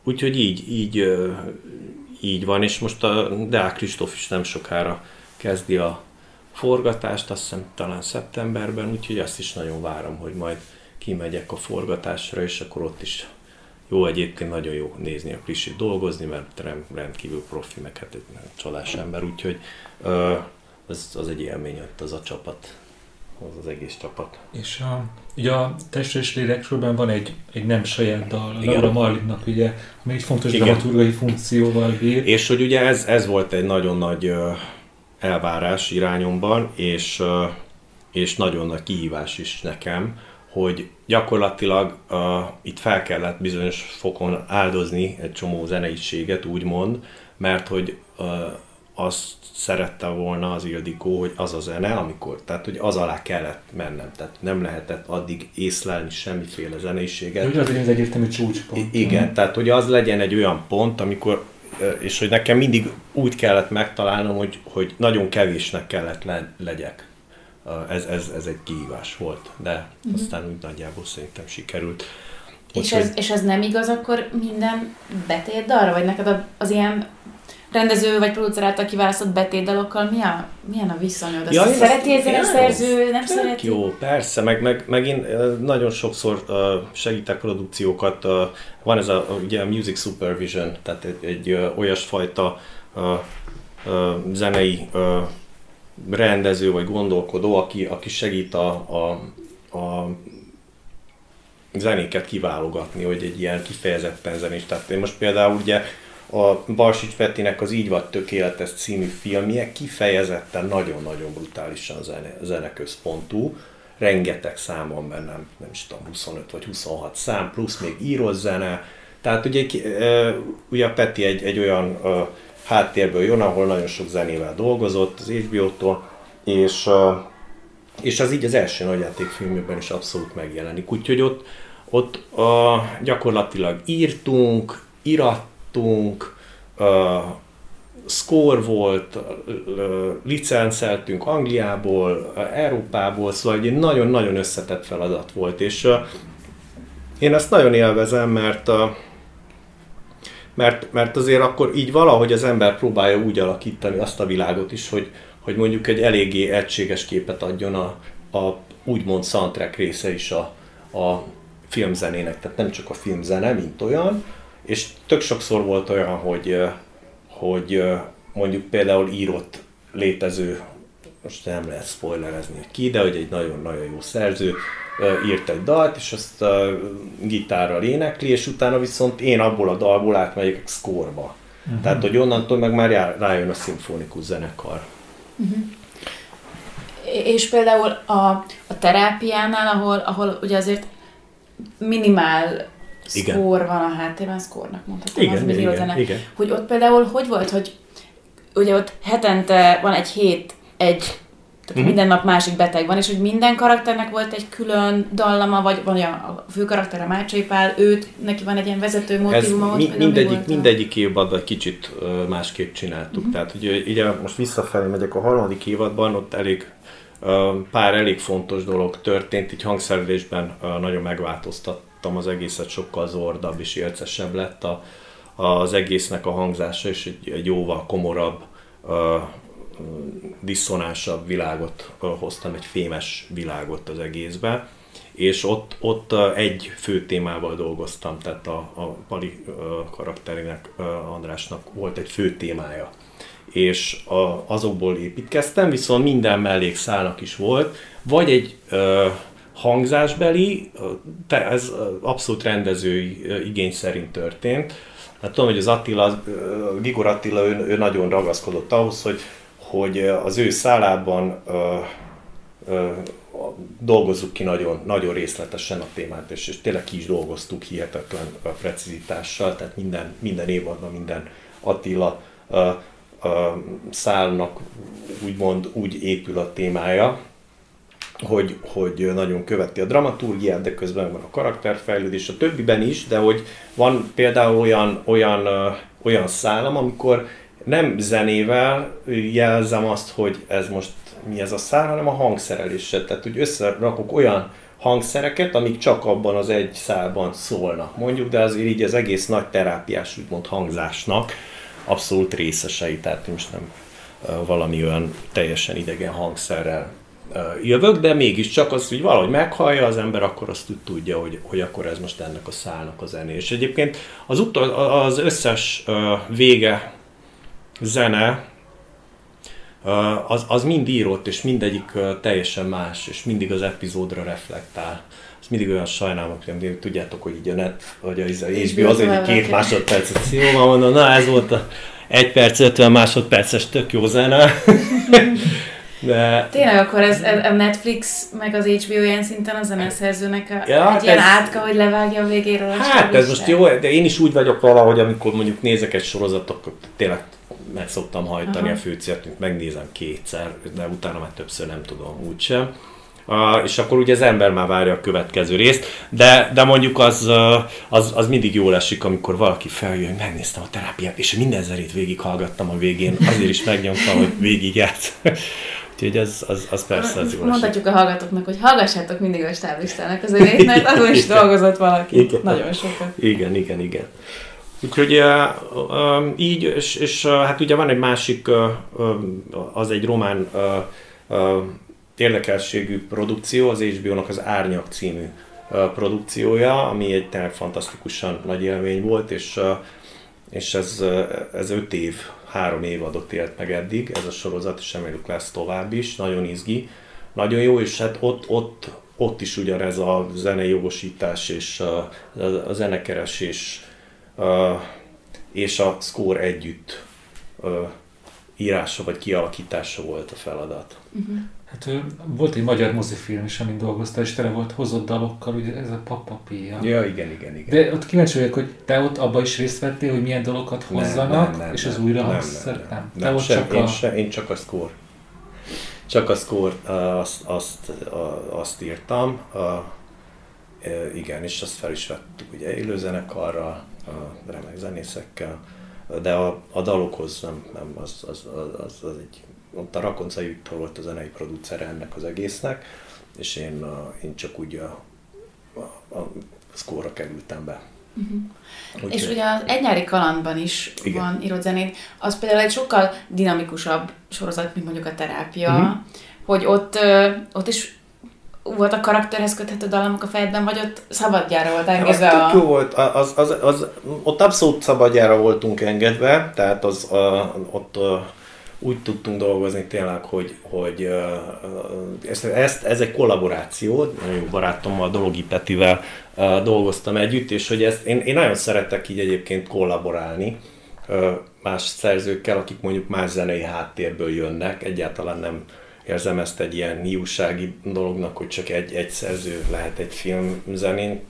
így van, és most a Deák Kristóf is nem sokára kezdi a forgatást, azt hiszem talán szeptemberben, úgyhogy azt is nagyon várom, hogy majd kimegyek a forgatásra, és akkor ott is jó, egyébként nagyon jó nézni a Kristit dolgozni, mert rendkívül profi, meg hát egy csodás ember, úgyhogy az egy élmény ott az a csapat, az egész csapat. És ugye a Testre és Lélekről van egy nem saját dal, Laura Marlinnak ugye, ami egy fontos dramaturgai funkcióval bír. És hogy ugye ez volt egy nagyon nagy elvárás irányomban, és nagyon nagy kihívás is nekem, hogy gyakorlatilag itt fel kellett bizonyos fokon áldozni egy csomó zeneiséget, úgymond, mert hogy azt szerette volna az Ildikó, hogy az a zene, tehát hogy az alá kellett mennem, tehát nem lehetett addig észlelni semmiféle zeneiséget. Hogy az legyen az egyértelmű csúcspont. Igen, tehát hogy az legyen egy olyan pont, amikor, és hogy nekem mindig úgy kellett megtalálnom, hogy nagyon kevésnek kellett legyek. Ez egy kihívás volt, de aztán úgy nagyjából szerintem sikerült. És ez nem igaz akkor minden betétdalra? Vagy neked az ilyen rendező vagy producer által kiválasztott betétdalokkal milyen a viszonyod? Szereti ezzel a szerző, nem szereti? Jó, persze, meg én nagyon sokszor segítek produkciókat. Van ez ugye a Music Supervision, tehát egy olyasfajta zenei rendező vagy gondolkodó, aki segít a zenéket kiválogatni, hogy egy ilyen kifejezetten zenés. Tehát én most például ugye a Barsics Petinek az Így vagy tökéletes című filmje kifejezetten nagyon-nagyon brutálisan zeneközpontú. Rengeteg szám van benne, nem is tudom, 25 vagy 26 szám, plusz még írott zene. Tehát ugye a Peti egy olyan háttérből jön, ahol nagyon sok zenével dolgozott az HBO-tól, és az így az első nagyjátékfilmjében is abszolút megjelenik. Úgyhogy ott gyakorlatilag irattunk, score volt, licenceltünk Angliából, Európából, szóval egy nagyon-nagyon összetett feladat volt, és én ezt nagyon élvezem, mert azért akkor így valahogy az ember próbálja úgy alakítani azt a világot is, hogy mondjuk egy eléggé egységes képet adjon a úgymond soundtrack része is a filmzenének, tehát nem csak a filmzene, mint olyan, és tök sokszor volt olyan, hogy mondjuk például írott létező, most nem lehet spoilerezni ki, de hogy egy nagyon-nagyon jó szerző írt egy dalt, és azt gitárral énekli, és utána viszont én abból a dalból átmegyek score-ba. Tehát, hogy onnantól meg már rájön a szimfonikus zenekar. És például a terápiánál, ahol ugye azért minimál score van a háttérben, score-nak mondhatom, igen, az millió zene. Igen. Hogy ott például hogy volt, hogy ugye ott hetente van egy hét, tehát minden nap másik beteg van, és hogy minden karakternek volt egy külön dallama, vagy van a fő karakter, a Mácsai Pál, neki van egy ilyen vezető motívuma. Mindegyik évadban kicsit másképp csináltuk. Tehát ugye most visszafelé megyek a harmadik évadban, ott pár elég fontos dolog történt, így hangszerelésben nagyon megváltoztattam az egészet, sokkal zordabb és élcesebb lett az egésznek a hangzása, és egy jóval komorabb, diszonánsabb világot hoztam, egy fémes világot az egészbe. és ott egy fő témával dolgoztam, tehát a Pali karakterének, Andrásnak volt egy fő témája. És azokból építkeztem, viszont minden mellékszálnak is volt, vagy egy hangzásbeli, ez abszolút rendezői igény szerint történt. Hát tudom, hogy az Attila, Gigor Attila, ő nagyon ragaszkodott ahhoz, hogy az ő szálában dolgozzuk ki nagyon, nagyon részletesen a témát, és tényleg ki is dolgoztuk hihetetlen precizitással, tehát minden évadban, minden Attila szálnak úgymond úgy épül a témája, hogy nagyon követi a dramaturgiát, de közben van a karakterfejlődés, a többiben is, de hogy van például olyan szálam, amikor nem zenével jelzem azt, hogy ez most mi ez a szál, hanem a hangszereléssel. Tehát, hogy összerakok olyan hangszereket, amik csak abban az egy szálban szólnak, mondjuk, de azért így az egész nagy terápiás, úgymond hangzásnak abszolút részesei, tehát most nem valami olyan teljesen idegen hangszerrel jövök, de mégiscsak az, hogy valahogy meghallja az ember, akkor azt tudja, hogy akkor ez most ennek a szálnak a zené. És egyébként az összes vége zene, az mind írott, és mindegyik teljesen más, és mindig az epizódra reflektál. Ez mindig olyan sajnálom, hogy tudjátok, hogy így a net, vagy az HBO az egy 2 másodpercet szívóval mondom, na ez volt a 1 perc 50 másodperces tök jó zene. De... Tényleg akkor ez a Netflix meg az HBO ilyen szinten a zeneszerzőnek egy ilyen átka, hogy levágja a végéről a hát ez most jó, de én is úgy vagyok valahogy, amikor mondjuk nézek egy sorozatot, akkor tényleg meg szoktam hajtani a főcélt, megnézem 2-szer, de utána már többször nem tudom úgysem. És akkor ugye az ember már várja a következő részt, de mondjuk az mindig jól esik, amikor valaki feljön, hogy megnéztem a terápiát, és minden zenét végighallgattam a végén, azért is megnyomtam, hogy végigjárt. Úgyhogy az persze az jól esik. Mondhatjuk a hallgatóknak, hogy hallgassátok mindig a stáblistának az zenét, mert azon is dolgozott valaki. Igen. Nagyon sokat. Igen. Úgyhogy így, és hát ugye van egy másik, az egy román érdekességű produkció, az HBO-nak az Árnyak című produkciója, ami egy tényleg fantasztikusan nagy élmény volt, és ez 5 év, 3 évadot élt meg eddig, ez a sorozat, és reméljük lesz tovább is, nagyon izgi, nagyon jó, és hát ott is ugyanez a zenei jogosítás és a zenekeresés és a score együtt írása vagy kialakítása volt a feladat. Hát volt egy magyar mozifilm is, amin dolgoztál, és tele volt hozott dalokkal, ugye ez a Papa Pia. Ja, igen. De ott kíváncsi vagyok, hogy te ott abban is részt vettél, hogy milyen dalokat hozzanak, nem, és az újra hangszer? Nem. Én csak a score. Csak a score, azt írtam. Igen, és azt fel is vettük ugye élőzenekarral, remek zenészekkel, de a dalokhoz nem az egy... Ott a Rakoncai Viktor volt a zenei producere ennek az egésznek, és én csak úgy a score-ra kerültem be. És ugye az Egy nyári kalandban is van írott zenéd, az például egy sokkal dinamikusabb sorozat, mint mondjuk a Terápia, hogy ott is volt a karakterhez köthető dallamok a fejedben, vagy ott szabadjára volt engedve? Az jó volt, ott abszolút szabadjára voltunk engedve, tehát ott úgy tudtunk dolgozni tényleg, hogy ez egy kollaboráció, nagyon jó barátommal, Dologi Petivel dolgoztam együtt, és hogy én nagyon szeretek így egyébként kollaborálni más szerzőkkel, akik mondjuk más zenei háttérből jönnek, egyáltalán nem érzem ezt egy ilyen hiúsági dolognak, hogy csak egy szerző lehet egy film zenén,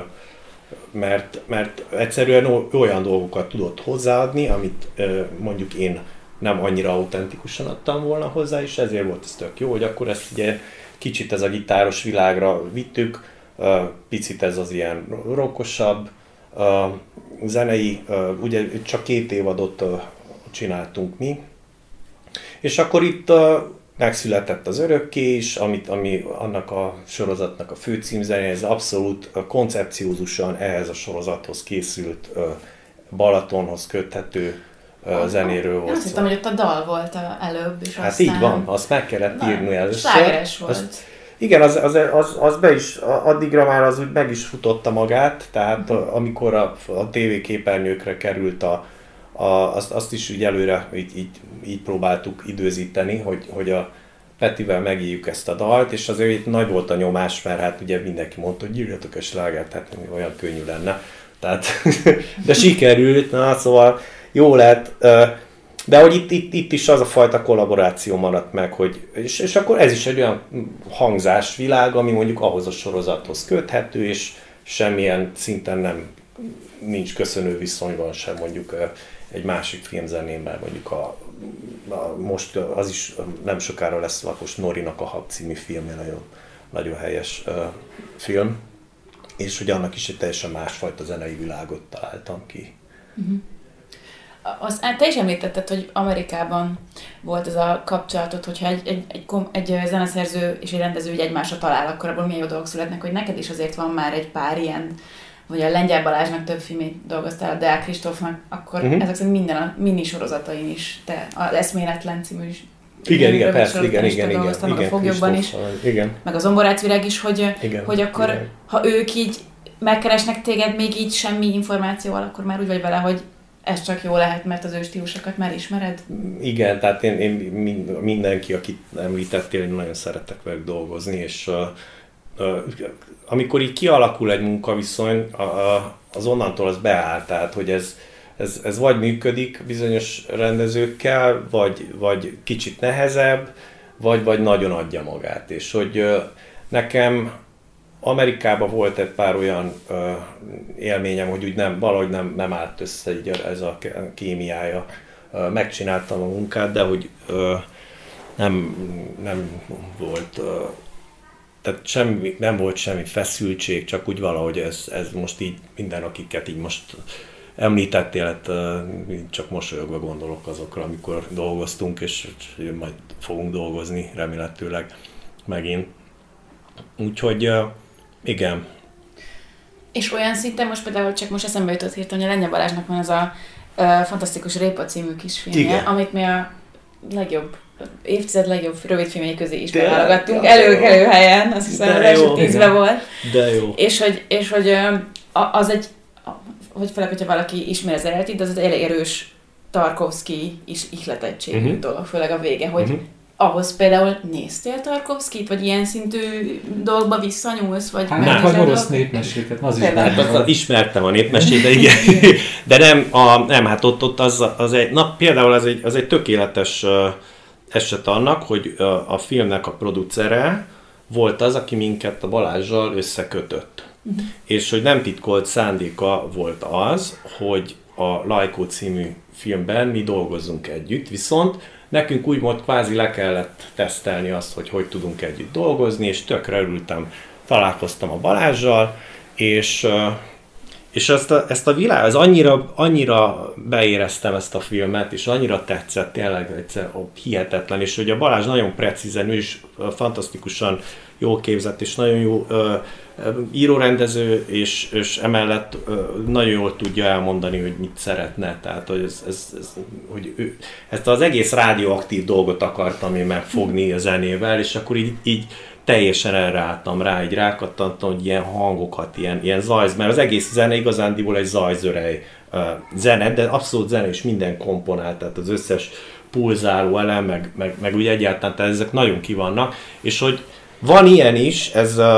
mert egyszerűen olyan dolgokat tudott hozzáadni, amit mondjuk én nem annyira autentikusan adtam volna hozzá, és ezért volt ez tök jó, hogy akkor ezt ugye kicsit ez a gitáros világra vittük, picit ez az ilyen rockosabb, zenei, ugye csak 2 évadot csináltunk mi, és akkor itt megszületett az Örökké is, ami annak a sorozatnak a főcímzenéje, ez abszolút koncepciózusan ehhez a sorozathoz készült, Balatonhoz köthető zenéről volt. Azt hittem, hogy ott a dal volt előbb, és hát aztán... így van, azt meg kellett írni először. Slágeres volt. Igen, az be is, addigra már az úgy meg is futotta magát, tehát amikor a tévéképernyőkre került azt is úgy előre így próbáltuk időzíteni, hogy a Petivel megírjuk ezt a dalt, és azért nagy volt a nyomás, mert hát ugye mindenki mondta, hogy írjatok a slágert, hát olyan könnyű lenne. Tehát, de sikerült, na szóval jó lett. De hogy itt is az a fajta kollaboráció maradt meg, hogy, és akkor ez is egy olyan hangzásvilág, ami mondjuk ahhoz a sorozathoz köthető, és semmilyen szinten nincs köszönő viszonyban sem mondjuk egy másik filmzenémben, mondjuk most az is nem sokára lesz Lakos Norinak a Hab című filmje, nagyon, nagyon helyes film, és hogy annak is egy teljesen másfajta zenei világot találtam ki. Te is említetted, hogy Amerikában volt ez a kapcsolatod, hogyha egy zeneszerző és egy rendező egymásra talál, akkor abból milyen jó dolgok születnek, hogy neked is azért van már egy pár ilyen, vagy a Lengyel Balázsnak több filmét dolgoztál, a Deák Kristófnak, akkor ezek szerint minden a mini sorozatain is, te az Eszméletlen című is. Igen, persze, igen, a Foglyokban is, igen. Meg a Zomborácvirág is, hogy akkor, igen. Ha ők így megkeresnek téged még így semmi információval, akkor már úgy vagy vele, hogy ez csak jó lehet, mert az ő stílusokat már ismered? Igen, tehát én mindenki, akit említettél, én nagyon szeretek velük dolgozni, és amikor így kialakul egy munkaviszony, az onnantól az beáll, tehát hogy ez vagy működik bizonyos rendezőkkel, vagy kicsit nehezebb, vagy nagyon adja magát. És hogy nekem Amerikában volt egy pár olyan élményem, hogy úgy valahogy nem állt össze így ez a kémiája. Megcsináltam a munkát, de hogy nem volt, tehát nem volt semmi feszültség, csak úgy valahogy ez most így minden, akiket így most említettél, hát csak mosolyogva gondolok azokra, amikor dolgoztunk, és majd fogunk dolgozni remélhetőleg megint. Úgyhogy igen. És olyan szinten most például csak most eszembe jutott hirtelen, hogy a Lengyel Balázsnak van az a fantasztikus Répa című kisfilmje, amit mi a évtized legjobb rövidfilmjei közé is beválogattunk, előhelyen, azt hiszem az első 10-ben volt. De jó. És hogy az egy, hogy főleg, hogyha valaki ismer az eredetit, de az egy elég erős Tarkovszky is ihletettségű dolog, főleg a vége, hogy ahhoz például néztél Tarkovszkyt, vagy ilyen szintű dolgokba visszanyúlsz? Vagy hát az orosz népmeséket, az is ismertem a népmesét, de igen. De nem, hát ott az egy, például az egy tökéletes eset annak, hogy a filmnek a producere volt az, aki minket a Balázssal összekötött. És hogy nem titkolt szándéka volt az, hogy a Lajkó című filmben mi dolgozzunk együtt, viszont nekünk úgymond kvázi le kellett tesztelni azt, hogy tudunk együtt dolgozni, és tökre örültem, találkoztam a Balázssal, és ezt a világ, az annyira beéreztem ezt a filmet, és annyira tetszett, tényleg egyszer hihetetlen, és hogy a Balázs nagyon precízen, ő is fantasztikusan jól képzett, és nagyon jó írórendező, és emellett nagyon jól tudja elmondani, hogy mit szeretne. Tehát, hogy hogy ezt az egész rádióaktív dolgot akartam én megfogni a zenével, és akkor így teljesen erre álltam rá, így rákattantam, hogy ilyen hangokat, ilyen zajz, mert az egész zene igazándiból egy zajzörej zene, de abszolút zene is minden komponál, tehát az összes pulzáló elem, meg úgy egyáltalán, tehát ezek nagyon kivannak, és hogy van ilyen is,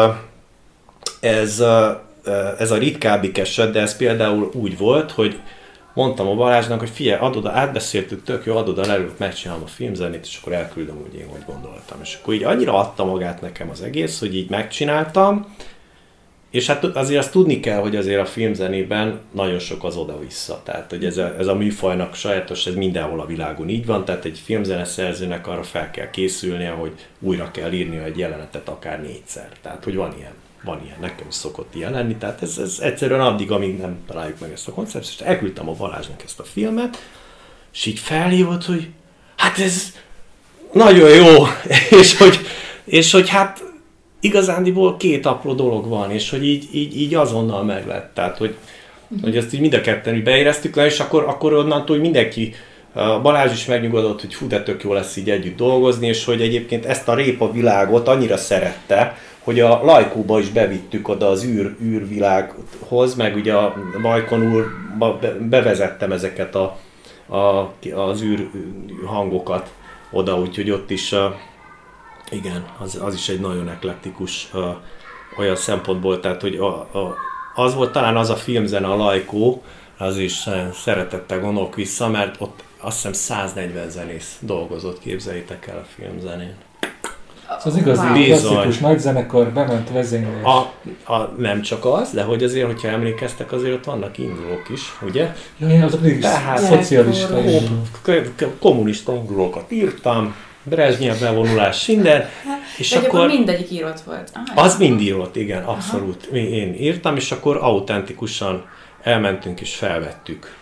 ez a ritkábbik eset, de ez például úgy volt, hogy mondtam a Balázsnak, hogy figyelj, átbeszéltük, tök jó, adod előtt, megcsinálom a filmzenét, és akkor elküldöm úgy én, hogy gondoltam. És akkor így annyira adta magát nekem az egész, hogy így megcsináltam, és hát azért azt tudni kell, hogy azért a filmzenében nagyon sok az oda-vissza. Tehát, hogy ez a műfajnak sajátos, ez mindenhol a világon így van, tehát egy filmzeneszerzőnek arra fel kell készülnie, hogy újra kell írnia egy jelenetet akár 4-szer. Tehát, hogy van ilyen, nekem is szokott ilyen lenni, tehát ez egyszerűen addig, amíg nem találjuk meg ezt a koncepciót, és elküldtem a Balázsnak ezt a filmet, és így felhívott, hogy hát ez nagyon jó, és hogy hát igazándiból 2 apró dolog van, és hogy így azonnal meglett, tehát hogy ezt így mind a ketten beéreztük le, és akkor onnantól, hogy mindenki Balázs is megnyugodott, hogy fú, de tök jó lesz így együtt dolgozni, és hogy egyébként ezt a répa világot annyira szerette, hogy a Lajkóba is bevittük oda az űrvilághoz, meg ugye a Bajkonurba bevezettem ezeket az űr hangokat oda, úgyhogy ott is, igen, az is egy nagyon eklektikus olyan szempontból, tehát hogy az volt talán az a filmzene, a Lajkó, az is szeretettel gondolok vissza, mert ott azt hiszem 140 zenész dolgozott, képzeljétek el a filmzenén. Az igazi klasszikus nagyzenekar bement vezénylés. Nem csak az, de hogy azért, hogyha emlékeztek, azért ott vannak indulók is, ugye? Ja, azok mégis szocialista indulók. Kommunista indulókat írtam, Brezsnyev bevonulás, minden. És akkor mindegyik írott volt. Az mind írott, igen, abszolút. Én írtam, és akkor autentikusan elmentünk és felvettük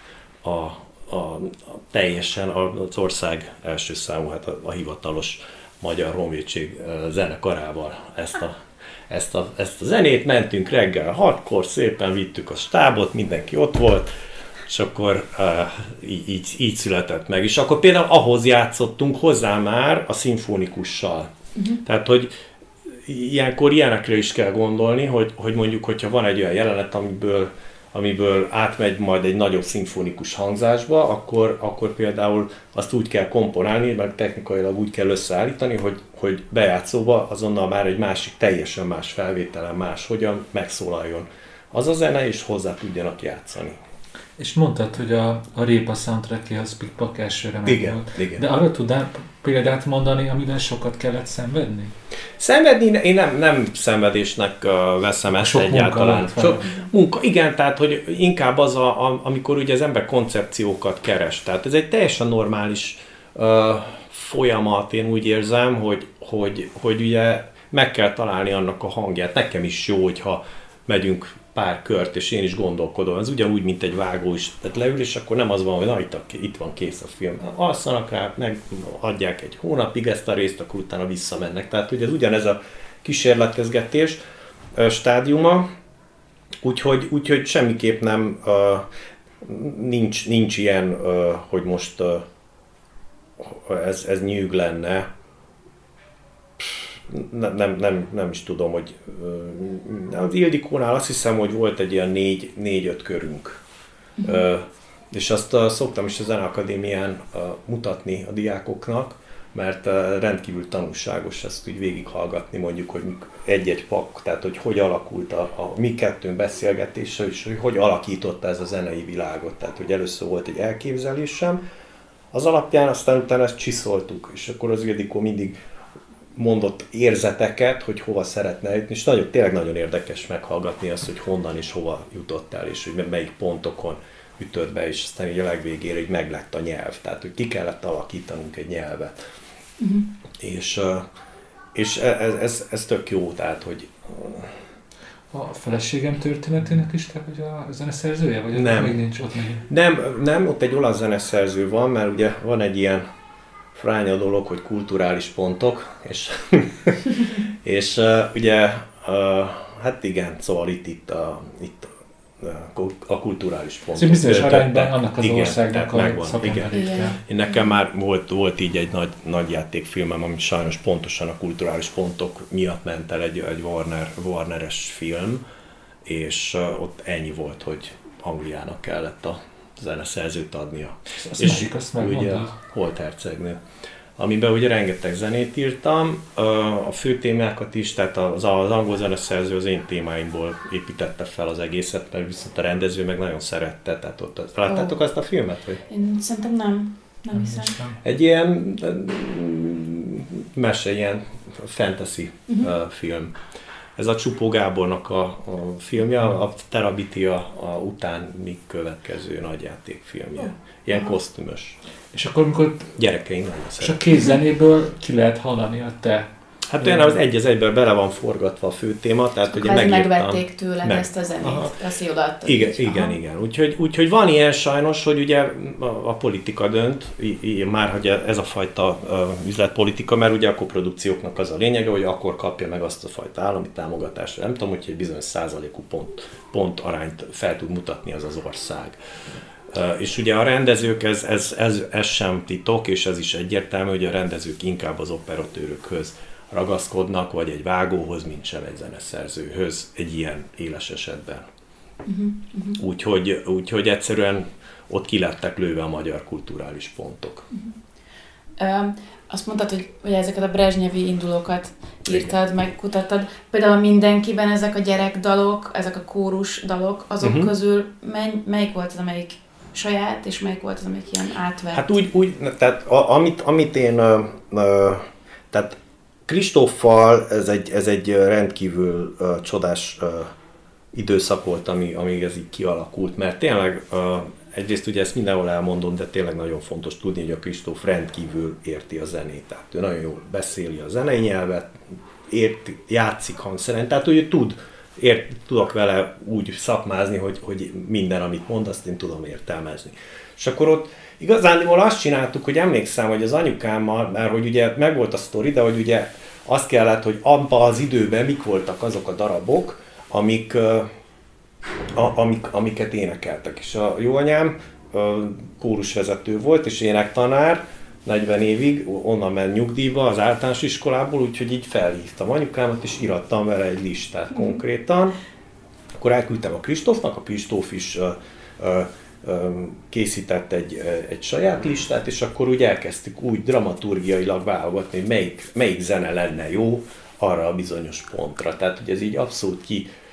teljesen az ország első számú, hát a hivatalos Magyar Honvédség zenekarával ezt a zenét, mentünk reggel 6-kor, szépen vittük a stábot, mindenki ott volt, és akkor így született meg. És akkor például ahhoz játszottunk hozzá már a szimfonikussal. Tehát, hogy ilyenkor ilyenekre is kell gondolni, hogy mondjuk, hogyha van egy olyan jelenet, amiből átmegy majd egy nagyobb szimfonikus hangzásba, akkor például azt úgy kell komponálni, meg technikailag úgy kell összeállítani, hogy bejátszóba azonnal már egy másik, teljesen más felvételen máshogyan megszólaljon az a zene, és hozzá tudjanak játszani. És mondtad, hogy a Répa soundtrackje az Pikpak elsőre meg volt. Igen. De arra tudnál példát mondani, amivel sokat kellett szenvedni? Szenvedni én nem szenvedésnek veszem ezt sok egyáltalán. Sok munka, igen, tehát hogy inkább az, amikor ugye az ember koncepciókat keres. Tehát ez egy teljesen normális folyamat, én úgy érzem, hogy ugye meg kell találni annak a hangját. Nekem is jó, hogyha megyünk pár kört, és én is gondolkodom. Ez ugyanúgy, mint egy vágó is. Tehát leül, és akkor nem az van, hogy itt van kész a film. Alszanak rá, megadják egy hónapig ezt a részt, akkor utána visszamennek. Tehát ugye ez ugyanez a kísérletezgetés stádiuma, úgyhogy semmiképp nem nincs ilyen, hogy most ez nyűg lenne. Nem is tudom, hogy az Ildikónál azt hiszem, hogy volt egy ilyen 4-5 körünk. És azt szoktam is a Zeneakadémián mutatni a diákoknak, mert rendkívül tanulságos ezt úgy végighallgatni, mondjuk, hogy egy-egy pak, tehát hogy alakult a mi kettőnk beszélgetése, és hogy alakította ez a zenei világot. Tehát, hogy először volt egy elképzelésem, az alapján aztán utána ezt csiszoltuk, és akkor az Ildikó mindig mondott érzeteket, hogy hova szeretne jutni, és tényleg nagyon érdekes meghallgatni azt, hogy honnan és hova jutott el, és hogy melyik pontokon ütött be, és aztán így a legvégére így meglett a nyelv, tehát hogy ki kellett alakítanunk egy nyelvet. És ez tök jó, tehát hogy... A feleségem történetének is te vagy a zeneszerzője? Vagy nem. Még nincs ott még? Nem, ott egy olasz zeneszerző van, mert ugye van egy ilyen fránya dolog, hogy kulturális pontok, és ugye, hát igen, szóval itt a kulturális pontok. Szóval bizonyos arányban annak az országnak megvan, igen. Én nekem már volt így egy nagy játékfilmem, ami sajnos pontosan a kulturális pontok miatt ment el egy Warner-es film, és ott ennyi volt, hogy Angliának kellett a zeneszerzőt adnia. Azt ugye Holt hercegnő, amiben ugye rengeteg zenét írtam, a fő témákat is, tehát az angol zeneszerző az én témáimból építette fel az egészet, mert viszont a rendező meg nagyon szerette, tehát ott láttátok azt a filmet? Vagy? Én szerintem nem hiszem. Egy ilyen mese, ilyen fantasy film. Ez a Csupó Gábornak a filmje, a Terabitia után még következő nagyjátékfilmje. Ilyen kosztümös. És akkor, amikor gyerekeink nagyon és a kézzenéből ki lehet hallani a te... Hát olyan az egy az egyben bele van forgatva a fő téma, tehát ugye megvették tőled ezt a zenét, azt odaadtad. Igen. Úgyhogy van ilyen sajnos, hogy ugye a politika dönt, már hogy ez a fajta üzletpolitika, mert ugye a koprodukcióknak az a lényege, hogy akkor kapja meg azt a fajta állami támogatást. Nem tudom, hogy egy bizonyos százalékú pont arányt fel tud mutatni az ország. És ugye a rendezők, ez sem titok, és ez is egyértelmű, hogy a rendezők inkább az operatőrökhöz ragaszkodnak, vagy egy vágóhoz, mint sem egy zeneszerzőhöz egy ilyen éles esetben. Úgyhogy egyszerűen ott ki lettek lőve a magyar kulturális pontok. Azt mondtad, hogy ezeket a brezsnyevi indulókat írtad, meg kutattad. Például a Mindenkiben ezek a gyerekdalok, ezek a kórus dalok, azok közül melyik volt az, amelyik saját, és melyik volt az, amelyik ilyen átvett? Hát úgy tehát amit én, tehát Kristóffal ez egy rendkívül csodás időszak volt, amíg ez így kialakult, mert tényleg egyrészt ugye ezt mindenhol elmondom, de tényleg nagyon fontos tudni, hogy a Kristóf rendkívül érti a zenét. Tehát ő nagyon jól beszéli a zenei nyelvet, játszik hangszeren, tehát hogy tudok vele úgy szakmázni, hogy minden, amit mond, azt én tudom értelmezni. És akkor ott igazándiból azt csináltuk, hogy emlékszem, hogy az anyukámmal, mert hogy ugye megvolt a sztori, de hogy ugye azt kellett, hogy abban az időben mik voltak azok a darabok, amiket énekeltek. És a jóanyám kórusvezető volt, és énektanár, 40 évig, onnan ment nyugdíjba az általános iskolából, úgyhogy így felhívtam anyukámat, és irattam vele egy listát konkrétan. Akkor elküldtem a Kristófnak, a Kristóf is készített egy saját listát, és akkor úgy elkezdtük úgy dramaturgiailag válogatni, hogy melyik zene lenne jó arra a bizonyos pontra. Tehát, hogy ez így abszolút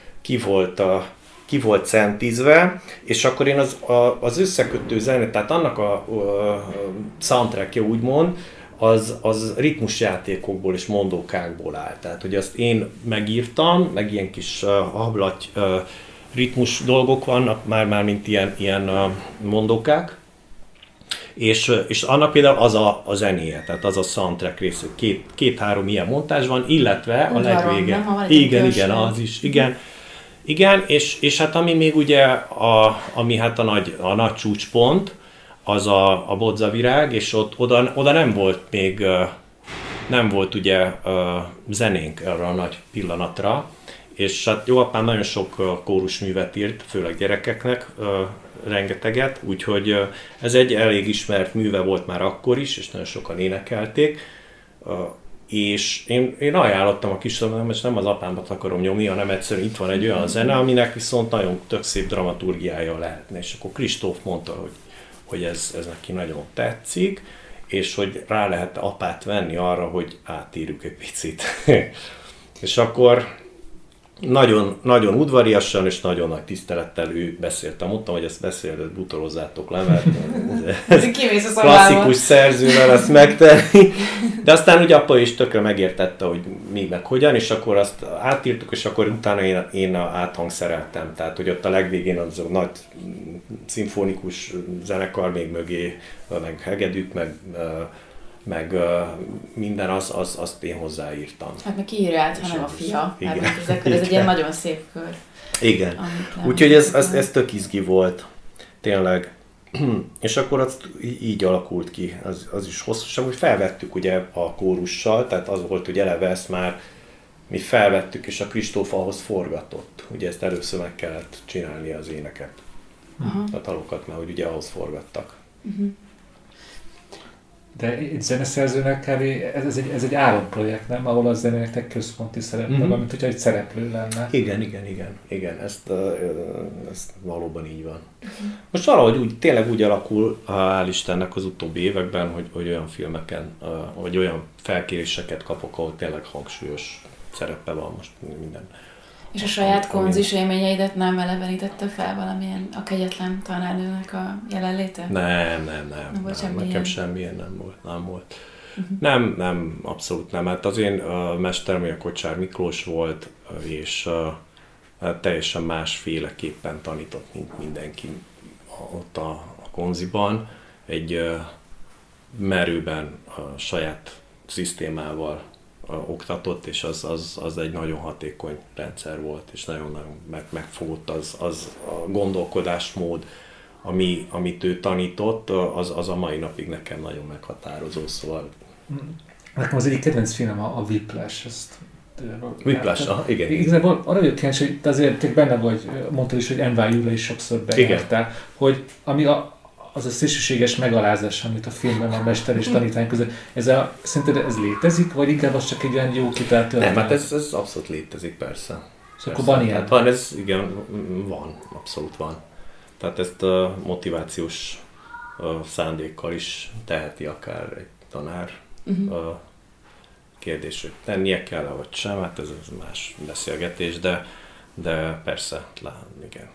ki volt centízve, és akkor én az összekötő zene, tehát annak a soundtrackja úgymond, az ritmusjátékokból és mondókákból áll. Tehát, hogy azt én megírtam, meg ilyen kis hablaty ritmus dolgok vannak, már mint ilyen mondókák, és annak például az a zenéje, tehát az a soundtrack rész, két-három ilyen montázs van, illetve a legvége. Igen, az is, igen. Igen, és hát ami még ugye ami hát a nagy csúcspont, az a bodzavirág, és oda nem volt még, nem volt ugye zenénk arra a nagy pillanatra, és hát jó apám nagyon sok kórusművet írt, főleg gyerekeknek, rengeteget, úgyhogy ez egy elég ismert műve volt már akkor is, és nagyon sokan énekelték. És én ajánlottam a kisomnak, és nem az apámat akarom nyomni, hanem egyszerűen itt van egy olyan zene, aminek viszont nagyon tök szép dramaturgiája lehetne. És akkor Kristóf mondta, hogy ez neki nagyon tetszik, és hogy rá lehet apát venni arra, hogy átírjuk egy picit. És akkor nagyon, nagyon udvariasan és nagyon nagy tisztelettel ő beszéltem. Mondtam, hogy ezt beszéltet, butolozzátok le, mert ez klasszikus szerzővel ezt megtenni. De aztán ugye apa is tökre megértette, hogy mi meg hogyan, és akkor azt átírtuk, és akkor utána én áthangszereltem. Tehát, hogy ott a legvégén az a nagy szimfonikus zenekar még mögé, meg hegedűk, meg minden, azt én hozzáírtam. Hát meg ki írja át, hanem a fia. Ez egy ilyen nagyon szép kör. Igen. Úgyhogy ez tök izgi volt. Tényleg. És akkor az így alakult ki. Az is hosszasabb, hogy felvettük ugye a kórussal, tehát az volt, hogy eleve ezt már mi felvettük, és a Kristóf ahhoz forgatott. Ugye ezt először meg kellett csinálni az éneket. A dalokat, mert ugye ahhoz forgattak. De egy zeneszerzőnek kb. Ez egy álomprojekt, nem? Ahol a zenének központi szerepe van, mint hogyha egy szereplő lenne. Igen, ezt valóban így van. Most valahogy tényleg úgy alakul, hál' Istennek az utóbbi években, hogy olyan filmeken, vagy olyan felkéréseket kapok, ahol tényleg hangsúlyos szerepe van most minden. És a saját konzis élményeidet nem elevenítette fel valamilyen a kegyetlen tanárnőnek a jelenléte? Nem, nekem semmilyen nem volt. Nem, abszolút nem. Hát az én mesterem a Kocsár Miklós volt, és teljesen másféleképpen tanított, mint mindenki ott a konziban. Egy merőben a saját szisztémával oktatott, és az egy nagyon hatékony rendszer volt, és nagyon-nagyon megfogott az a gondolkodásmód, amit ő tanított, az a mai napig nekem nagyon meghatározó, szóval. Nekem az egyik kedvenc filmem a Whiplash, ezt Whiplash, igen. Igazából arra vagyok kíváncsi, hogy te azért benne vagy, mondtad is, hogy NYU-ra is sokszor bejártál, hogy ami az a szélsőséges megalázás, amit a filmben van mester és tanítvány között, szerinted ez létezik, vagy inkább az csak egy olyan jó kitalált történet? Nem, hát ez abszolút létezik, persze. Szóval akkor van ilyen? Hát van, igen, van, abszolút van. Tehát ezt a motivációs szándékkal is teheti akár egy tanár. Kérdés, hogy tennie kell-e vagy sem, hát ez más beszélgetés, de persze, igen.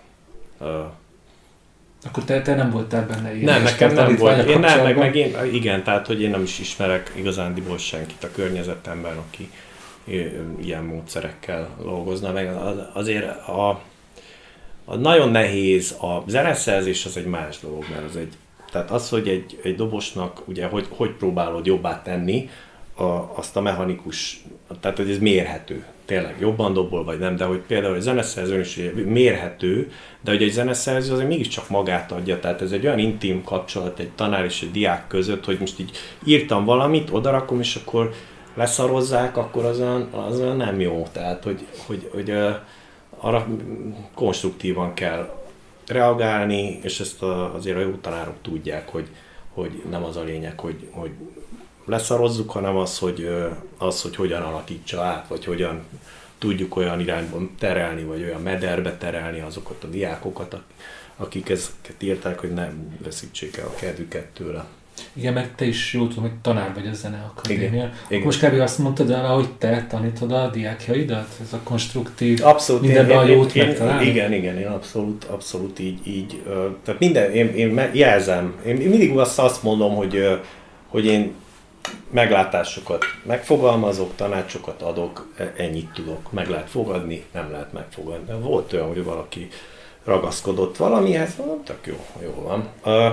Akkor te nem voltál benne ilyen? Nem, nekem nem volt. Igen, tehát hogy én nem is ismerek igazándiból senkit a környezetemben, aki ilyen módszerekkel dolgozna meg. Azért a nagyon nehéz, a zeneszerzés az egy más dolog, mert tehát az, hogy egy dobosnak, ugye, hogy próbálod jobbá tenni, azt a mechanikus, tehát hogy ez mérhető, tényleg jobban dobol vagy nem, de hogy például egy zeneszerző is mérhető, de hogy egy zeneszerző azért mégiscsak magát adja, tehát ez egy olyan intim kapcsolat egy tanár és egy diák között, hogy most így írtam valamit, odarakom, és akkor leszarozzák, akkor az nem jó, tehát hogy arra konstruktívan kell reagálni, és ezt azért a jó tanárok tudják, hogy nem az a lényeg, hogy leszarozzuk, hanem az, hogy hogyan alakítsa át, vagy hogyan tudjuk olyan irányban terelni, vagy olyan mederbe terelni azokat a diákokat, akik ezeket írták, hogy nem veszítsék el a kedvüket tőle. Igen, mert te is jól tudom, hogy tanár vagy a Zeneakadémián. Most kb. Azt mondtad el, hogy te tanítod a diákjaidat? Ez a konstruktív, abszolút, mindenben a jót megtalálni? Igen, én abszolút így tehát én jelzem, én mindig azt mondom, hogy én meglátásokat megfogalmazok, tanácsokat adok, ennyit tudok, meg lehet fogadni, nem lehet megfogadni. De volt olyan, hogy valaki ragaszkodott valamihez, tök jó van.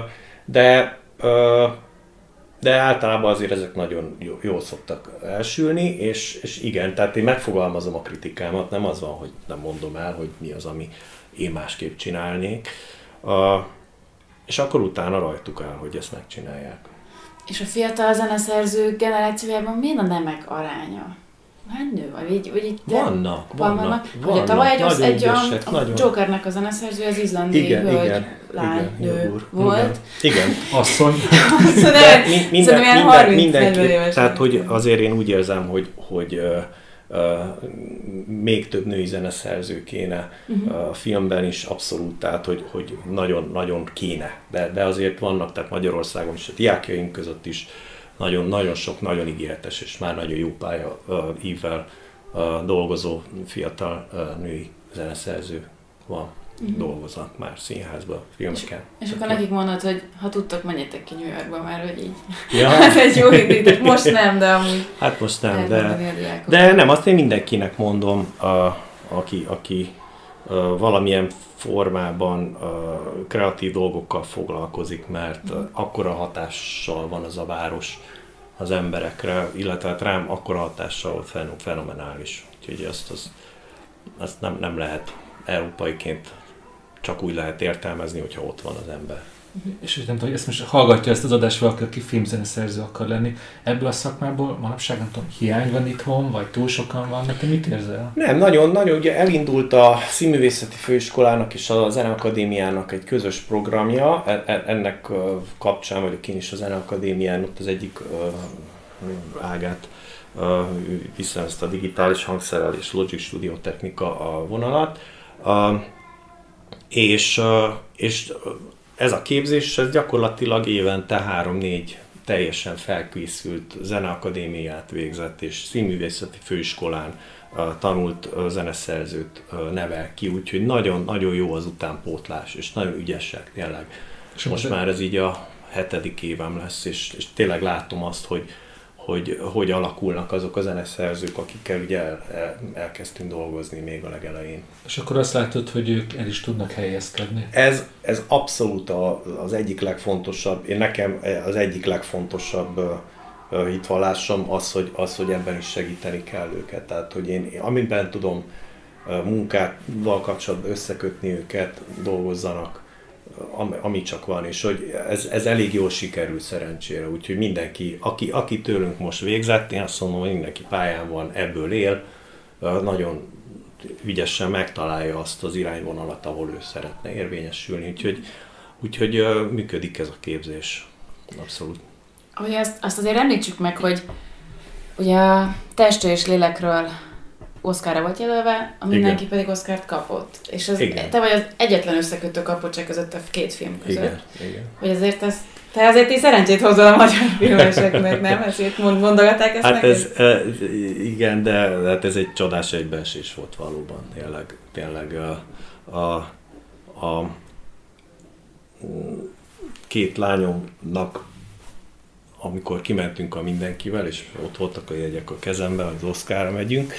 De általában azért ezek nagyon jól szoktak elsülni, és igen, tehát én megfogalmazom a kritikámat, nem az van, hogy nem mondom el, hogy mi az, ami én másképp csinálnék, és akkor utána rajtuk áll, hogy ezt megcsinálják. És a fiatal zeneszerzők generációjában milyen a nemek aránya? Hát nő, vagy így vannak. Ugye tavaly a Jokernek a zeneszerző az izlandi hölgy, nő volt. Igen. Asszony. Mindenki. Tehát, hogy azért én úgy érzem, hogy még több női zeneszerző kéne a filmben is, abszolút, tehát hogy nagyon kéne. De azért vannak, tehát Magyarországon is, a diákjaink között is nagyon sok, nagyon ígéretes és már nagyon jó pálya ívvel dolgozó fiatal női zeneszerző van. Dolgoznak már színházban, filmeken. És akkor nekik mondod, hogy ha tudtok, menjetek ki New Yorkba, mert hogy így. Ja. Ez egy jó indítás. Most nem, de amúgy. Hát most nem, de nem, azt én mindenkinek mondom, aki valamilyen formában kreatív dolgokkal foglalkozik, mert akkora hatással van az a város az emberekre, illetve hát rám akkora hatással volt fenomenális. Úgyhogy azt nem lehet európaiként csak úgy lehet értelmezni, hogyha ott van az ember. És nem tudom, hogy ezt most hallgatja ezt az adást valaki, aki filmzeneszerző akar lenni. Ebből a szakmából manapság nem tudom, hiány van itthon, vagy túl sokan vannak, te mit érzel? Nem, nagyon, ugye elindult a Színművészeti Főiskolának és a Zeneakadémiának egy közös programja, ennek kapcsán vagyok én is a Zeneakadémián, ott az egyik ágát viszont ezt a digitális hangszerelés, Logic Studio Technika a vonalat. És ez a képzés, ez gyakorlatilag évente 3-4 teljesen felkészült zeneakadémiát végzett, és színművészeti főiskolán tanult zeneszerzőt nevel ki, úgyhogy nagyon jó az utánpótlás, és nagyon ügyesek tényleg. És most már ez így a 7. évem lesz, és tényleg látom azt, hogy alakulnak azok a zeneszerzők, akikkel ugye elkezdtünk dolgozni még a legelején. És akkor azt látod, hogy ők el is tudnak helyezkedni? Ez abszolút az egyik legfontosabb, nekem az egyik legfontosabb hitvallásom az, hogy ebben is segíteni kell őket. Tehát, hogy én amiben tudom munkával kapcsolatban összekötni őket, dolgozzanak, ami csak van, és hogy ez elég jól sikerül szerencsére, úgyhogy mindenki, aki tőlünk most végzett, én azt mondom, hogy mindenki pályán van, ebből él, nagyon ügyesen megtalálja azt az irányvonalat, ahol ő szeretne érvényesülni. Úgyhogy működik ez a képzés. Abszolút. Hogy azt azért említsük meg, hogy ugye a Testről és lélekről Oscarra volt jelölve, a Mindenki pedig Oscart kapott. És te vagy az egyetlen összekötő kapocs között a két film között. Igen. Hogy azért te azért így szerencsét hozol a magyar filmeseknek, nem? Ezért mondogatták ezt hát neked? Igen, de hát ez egy csodás egybeesés volt valóban. Tényleg a két lányomnak, amikor kimentünk a Mindenkivel, és ott voltak a jegyek a kezemben, az Oscarra megyünk,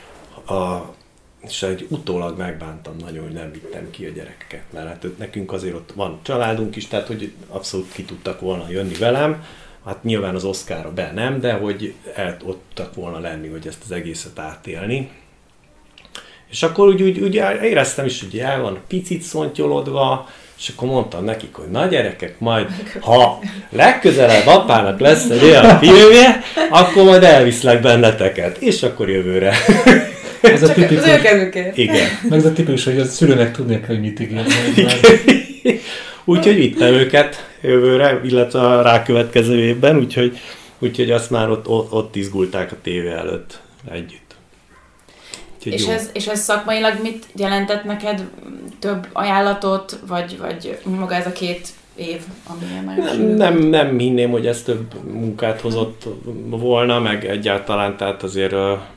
és egy utólag megbántam nagyon, hogy nem vittem ki a gyerekeket, mert hát nekünk azért ott van családunk is, tehát hogy abszolút ki tudtak volna jönni velem, hát nyilván az Oscarra be nem, de hogy ott tudtak volna lenni, hogy ezt az egészet átélni. És akkor úgy éreztem is, hogy el van picit szontyolodva, és akkor mondtam nekik, hogy na gyerekek, majd ha legközelebb apának lesz egy olyan filmje, akkor majd elviszlek benneteket, és akkor jövőre. Ez a tipikus, az ő kezükért. Igen. Meg ez a tipikus, hogy a szülőnek tudnia kell, hogy mit ígérni. Úgyhogy vittem őket jövőre, illetve a rákövetkező évben, úgyhogy azt már ott izgulták a tévé előtt együtt. És ez szakmailag mit jelentett neked? Több ajánlatot, vagy maga ez a 2 év, amilyen nem hinném, hogy ez több munkát hozott volna, meg egyáltalán, tehát azért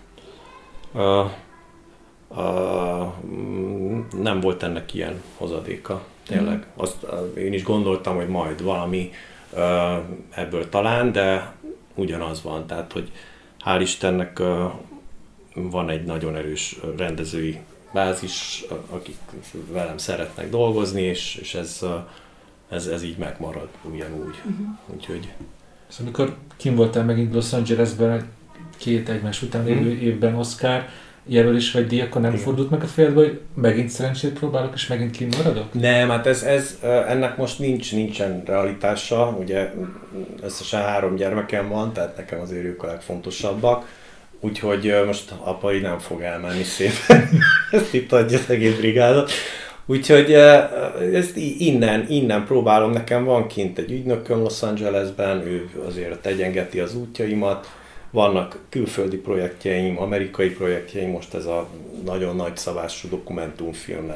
nem volt ennek ilyen hozadéka. Tényleg. Én is gondoltam, hogy majd valami ebből talán, de ugyanaz van. Tehát, hogy hál' Istennek van egy nagyon erős rendezői bázis, akik velem szeretnek dolgozni, és ez így megmarad ugyanúgy. Úgyhogy... Szóval amikor kim voltál megint Los Angelesben 2 egymás után lévő évben Oscar jelölés vagy díj, akkor nem fordult meg a fejedbe, hogy megint szerencsét próbálok, és megint kim maradok? Nem, hát ennek most nincsen realitása. Ugye összesen 3 gyermekem van, tehát nekem azért ők a legfontosabbak. Úgyhogy most apai nem fog elmenni szépen. Ezt itt adja az egész brigádot. Úgyhogy ezt innen próbálom. Nekem van kint egy ügynököm Los Angelesben, ő azért egyengeti az útjaimat. Vannak külföldi projektjeim, amerikai projektjeim, most ez a nagyon nagy szabású dokumentumfilm,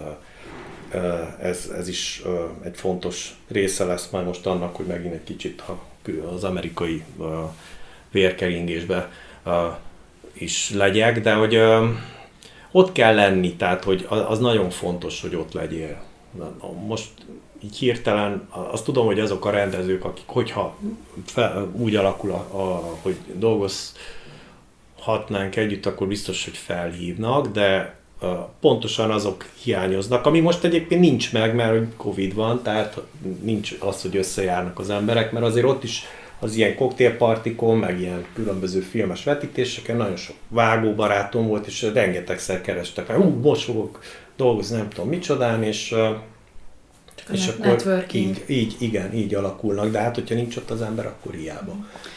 ez is egy fontos része lesz majd most annak, hogy megint egy kicsit az amerikai vérkeringésbe is legyek, de hogy ott kell lenni, tehát hogy az nagyon fontos, hogy ott legyél. Most így hirtelen, azt tudom, hogy azok a rendezők, akik hogyha úgy alakul, hogy dolgozhatnánk együtt, akkor biztos, hogy felhívnak, de pontosan azok hiányoznak, ami most egyébként nincs meg, mert hogy Covid van, tehát nincs az, hogy összejárnak az emberek, mert azért ott is az ilyen koktélpartikon, meg ilyen különböző filmes vetítéseken nagyon sok vágóbarátom volt, és rengetegszer kerestek, hogy most fogok dolgozni, nem tudom micsodán, és akkor így alakulnak, de hát, hogyha nincs ott az ember, akkor hiába.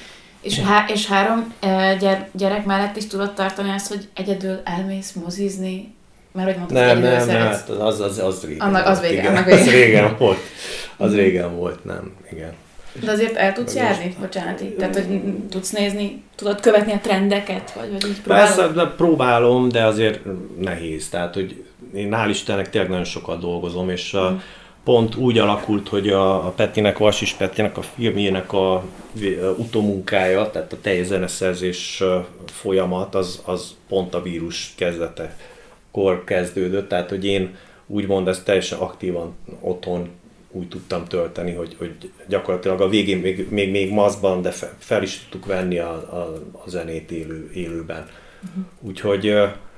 És 3 gyerek mellett is tudod tartani azt, hogy egyedül elmész mozizni? Mert hogy mondtad, nem, az régen. Az régen volt. Az régen volt, nem, igen. De azért el tudsz járni? Bocsánat, így. Tehát, hogy tudsz nézni, tudod követni a trendeket? Vagy így próbálod? Persze, próbálom, de azért nehéz. Tehát, hogy én hál' Istennek tényleg nagyon sokat dolgozom, és pont úgy alakult, hogy a Petinek, Vassis Petinek a filmjének a utómunkája, tehát a teljes zeneszerzés folyamat, az pont a vírus kezdetekor kezdődött, tehát hogy én úgymond ezt teljesen aktívan otthon úgy tudtam tölteni, hogy gyakorlatilag a végén még maszkban, de fel is tudtuk venni a zenét élőben. Úgyhogy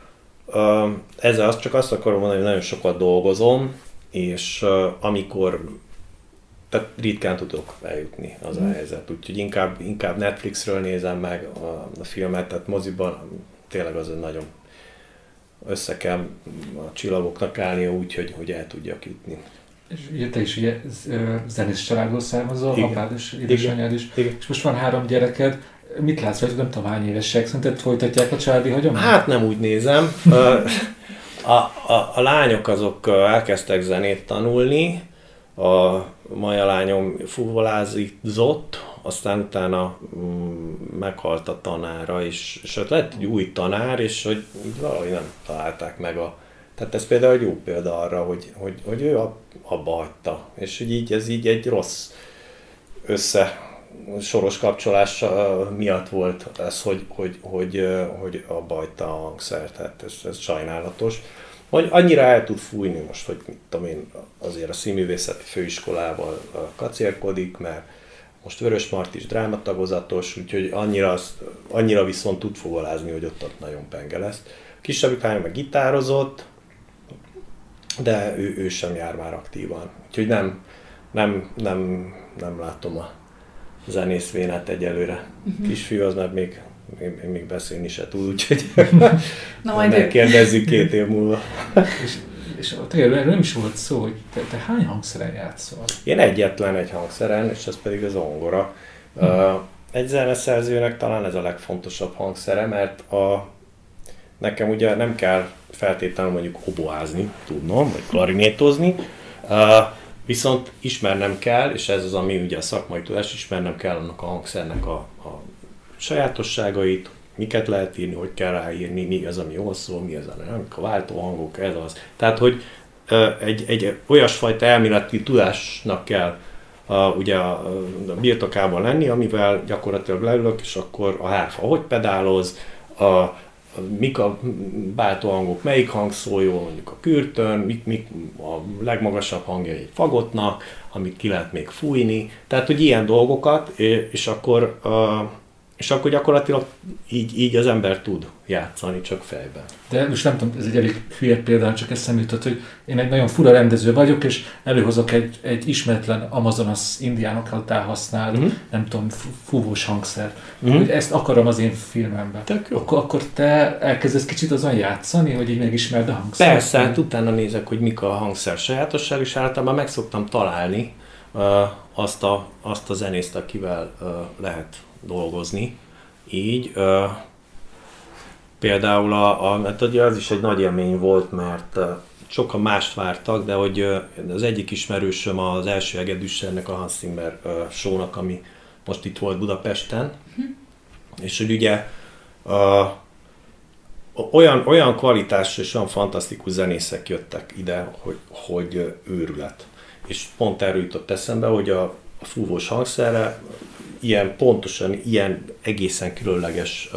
ezzel csak azt akarom mondani, hogy nagyon sokat dolgozom, és amikor, tehát ritkán tudok eljutni, az a helyzet. Úgyhogy inkább Netflixről nézem meg a filmet, tehát moziban tényleg az nagyon össze kell a csillagoknak állnia úgy, hogy el tudjak jutni. És ugye te is ugye zenész családból származol, apád és édesanyád is. Igen. És most van 3 gyereked. mit látsz, hogy nem tudom hány évesek, szerinted folytatják a családi hagyományt? Hát nem úgy nézem. A lányok azok elkezdtek zenét tanulni, a Maja lányom fuvolázott, aztán utána meghalt a tanára, és ott lett egy új tanár, és hogy valahogy nem találták meg Tehát ez például egy jó példa arra, hogy ő abba hagyta, és hogy így ez így egy rossz soros kapcsolás miatt volt ez, hogy abba hagyta a hangszert, tehát ez sajnálatos. Hogy annyira el tud fújni most, hogy mit tudom én, azért a színművészeti főiskolával kacérkodik, mert most Vörösmarty is drámatagozatos, úgyhogy annyira viszont tud fuvolázni, hogy ott nagyon penge lesz. Kisebbik lányom meg gitározott, de ő sem jár már aktívan. Úgyhogy nem látom a zenészvénát egyelőre. Kisfiú az már még beszélni se tud, úgyhogy megkérdezzük 2 év múlva. És erről nem is volt szó, hogy te hány hangszeren játszol? Én egyetlen egy hangszeren, és ez pedig az zongora. Egy zeneszerzőnek talán ez a legfontosabb hangszere, mert nekem ugye nem kell feltétlenül mondjuk oboázni, tudnom, vagy klarinétozni, viszont ismernem kell, és ez az, ami ugye a szakmai tudás, ismernem kell annak a hangszernek a sajátosságait, miket lehet írni, hogy kell ráírni, mi az, ami jól szól, mi az, ami a váltóhangok, ez az. Tehát, hogy egy olyasfajta elméleti tudásnak kell ugye a birtokában lenni, amivel gyakorlatilag leülök, és akkor a hárfa hogy pedáloz, mik a váltóhangok, melyik hang szól jól, mondjuk a kürtön, mik a legmagasabb hangja egy fagottnak, amit ki lehet még fújni. Tehát, hogy ilyen dolgokat, és akkor gyakorlatilag így az ember tud játszani, csak fejben. De most nem tudom, ez egy elég hülye például, csak eszembe jutott, hogy én egy nagyon fura rendező vagyok, és előhozok egy ismeretlen Amazonas indiánok által használt, nem tudom, fúvós hangszer. Hogy ezt akarom az én filmemben. Akkor te elkezdesz kicsit azon játszani, hogy így megismerd a hangszert? Persze, hát utána nézek, hogy mik a hangszer sajátosság, és általában meg szoktam találni azt a zenészt, akivel lehet dolgozni. Így. Például mert ugye az is egy nagy élmény volt, mert sokan mást vártak, de hogy az egyik ismerősöm az első Egedűssernek, a Hans Zimmer show-nak, ami most itt volt Budapesten, és hogy ugye olyan kvalitású és olyan fantasztikus zenészek jöttek ide, hogy őrület. És pont erről jutott eszembe, hogy a fúvós hangszerre pontosan ilyen egészen különleges,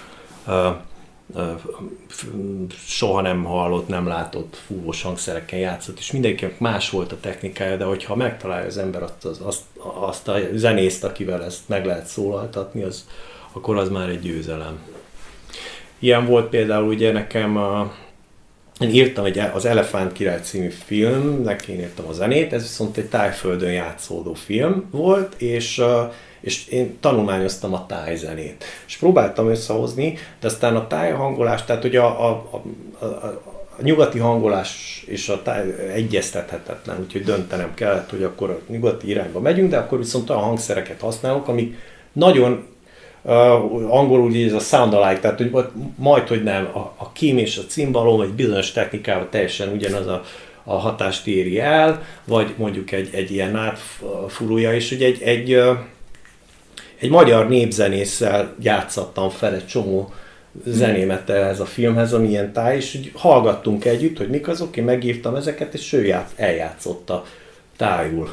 soha nem hallott, nem látott fúvós hangszereken játszott, és mindenkinek más volt a technikája, de hogyha megtalálja az ember azt a zenészt, akivel ezt meg lehet szólaltatni, akkor az már egy győzelem. Ilyen volt például ugye nekem, én írtam az Elefánt király című filmnek, én írtam a zenét, ez viszont egy Tájföldön játszódó film volt, és én tanulmányoztam a tájzenét. És próbáltam összehozni, de aztán a tájhangolás, tehát hogy a nyugati hangolás és a táj egyeztethetetlen, úgyhogy döntenem kellett, hogy akkor a nyugati irányba megyünk, de akkor viszont olyan hangszereket használok, amik nagyon angolul így ez a sound alike, tehát hogy majdhogy nem a kim és a cimbalom egy bizonyos technikával teljesen ugyanaz a hatást éri el, vagy mondjuk egy ilyen nátfúrója, és ugye egy magyar népzenésszel játszattam fel egy csomó zenémet ehhez a filmhez, ami ilyen táj, és úgy hallgattunk együtt, hogy mik azok, én megírtam ezeket, és ő eljátszotta tájul.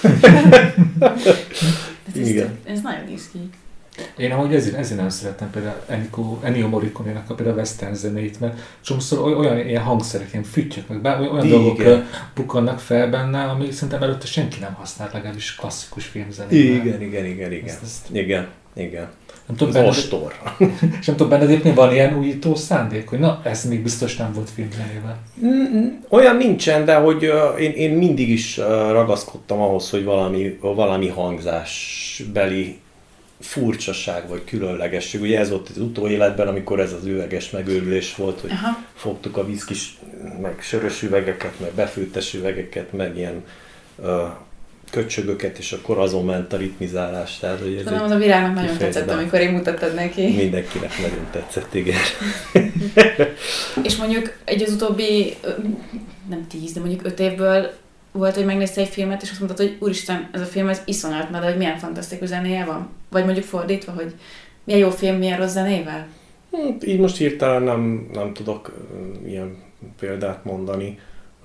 Ez nagyon néz ki. Én ahogy ezért nem szeretem például Ennio Morricone-nak a például western zenét, mert csomószor olyan ilyen hangszerek, ilyen füttyök, meg olyan dolgok bukkannak fel benne, ami szerintem előtte senki nem használt, legalábbis klasszikus filmzenében. Igen. Nem tudom, ostor. És nem tudom, benned éppen van ilyen újító szándék, hogy na, ez még biztos nem volt filmzenében. Olyan nincsen, de hogy én mindig is ragaszkodtam ahhoz, hogy valami hangzásbeli furcsaság vagy különlegesség. Ugye ez volt az utóéletben, amikor ez az üveges megőrülés volt, hogy fogtuk a viszkis, meg sörös üvegeket, meg befőttes üvegeket, meg ilyen köcsögöket, és akkor azon ment a ritmizálás. Tehát, hogy ez az a Virágnak nagyon tetszett, amikor én mutattad neki. Mindenkinek nagyon tetszett, igen. És mondjuk az utóbbi, nem 10, de mondjuk 5 évből volt, hogy megnézte egy filmet, és azt mondtad, hogy úristen, ez a film, ez iszonyat, mert hogy milyen fantasztikus zenéje van? Vagy mondjuk fordítva, hogy milyen jó film, milyen rossz zenével? Így most hirtelen nem tudok ilyen példát mondani.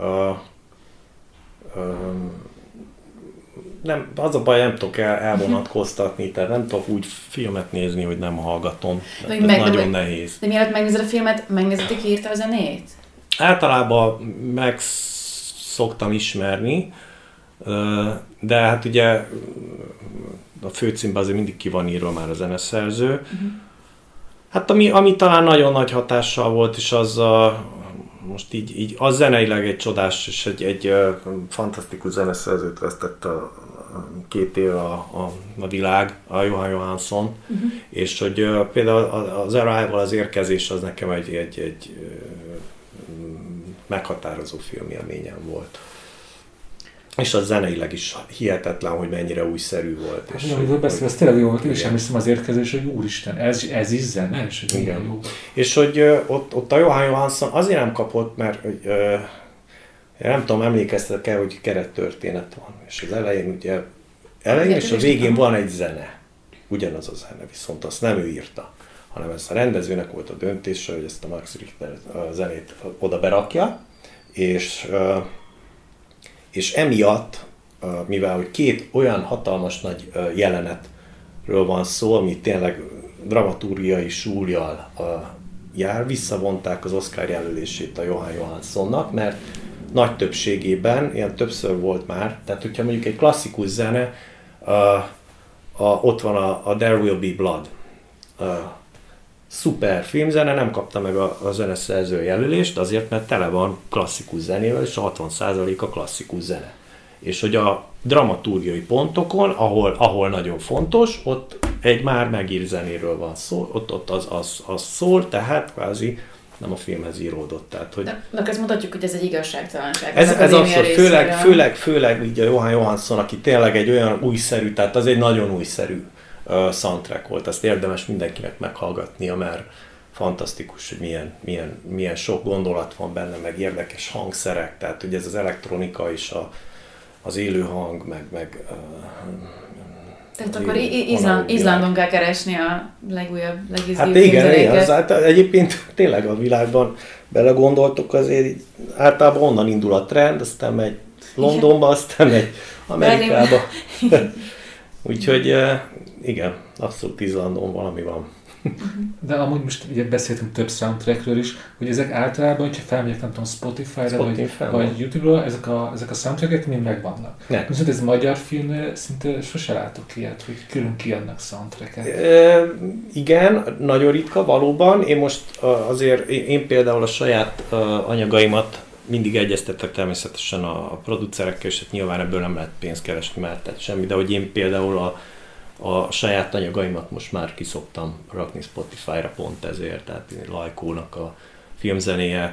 Nem, az a baj, nem tudok elvonatkoztatni, tehát nem tudok úgy filmet nézni, hogy nem hallgatom. Ez nagyon nehéz. De mielőtt megnézed a filmet, megnézed, ki írta a zenét? Általában meg szoktam ismerni, de hát ugye a főcímben azért mindig ki van írva már a zeneszerző. Hát ami talán nagyon nagy hatással volt, és az most így az zeneileg egy csodás, és egy fantasztikus zeneszerzőt vesztett 2 éve a világ, a Johan Johansson, és hogy például az Arrival, az érkezés, az nekem egy meghatározó filmélményem volt. És az zeneileg is hihetetlen, hogy mennyire újszerű volt. És amiről beszélsz, tényleg jó volt, én is emlékszem az érkezés, hogy úristen, ez is zene, és hogy igen. Jó. És hogy ott a Johan Johansson azért nem kapott, mert nem tudom, emlékeztetek el, hogy kerettörténet van. És az elején ugye, és a végén van egy zene. Ugyanaz a zene, viszont azt nem ő írta, hanem ez a rendezőnek volt a döntése, hogy ezt a Max Richter zenét oda berakja, és emiatt, mivel hogy 2 olyan hatalmas nagy jelenetről van szó, ami tényleg dramaturgiai súllyal jár, visszavonták az Oscar jelölését a Johan Johanssonnak, mert nagy többségében, ilyen többször volt már, tehát hogyha mondjuk egy klasszikus zene, ott van a There Will Be Blood, szuper filmzene, nem kapta meg a zeneszerző jelölést, azért, mert tele van klasszikus zenével, és a 60% a klasszikus zene. És hogy a dramaturgiai pontokon, ahol nagyon fontos, ott egy már megírt zenéről van szó, ott az szól, tehát kvázi nem a filmhez íródott. Tehát, hogy de ezt mutatjuk, hogy ez egy igazságtalanság. Ez abszolút, főleg így a Johan Johansson, aki tényleg egy olyan újszerű, tehát az egy nagyon újszerű soundtrack volt, azt érdemes mindenkinek meghallgatnia, mert fantasztikus, hogy milyen sok gondolat van benne, meg érdekes hangszerek, tehát ugye ez az elektronika és az élő hang, meg tehát akkor Izlandon kell keresni a legújabb, legizgibb hát igen, hát egyébként tényleg a világban belegondoltok, azért általában onnan indul a trend, aztán megy Londonba, aztán megy Amerikába. Úgyhogy igen, abszolút Izlandon valami van. De amúgy most ugye beszéltünk több soundtrackről is, hogy ezek általában, hogyha felmegyek, nem tudom, Spotify-ra vagy YouTube-ra, ezek a soundtrackek mind megvannak. Viszont ez magyar filmnél szinte sose látok ilyet, hogy külön kiadnak soundtracket. Igen, nagyon ritka valóban. Én most azért, én például a saját anyagaimat mindig egyeztettek természetesen a producerekkel, és hát nyilván ebből nem lehet pénzt keresni már, tehát semmi, de hogy én például a saját anyagaimat most már kiszoktam rakni Spotify-ra pont ezért, tehát Lajkónak a filmzenéje,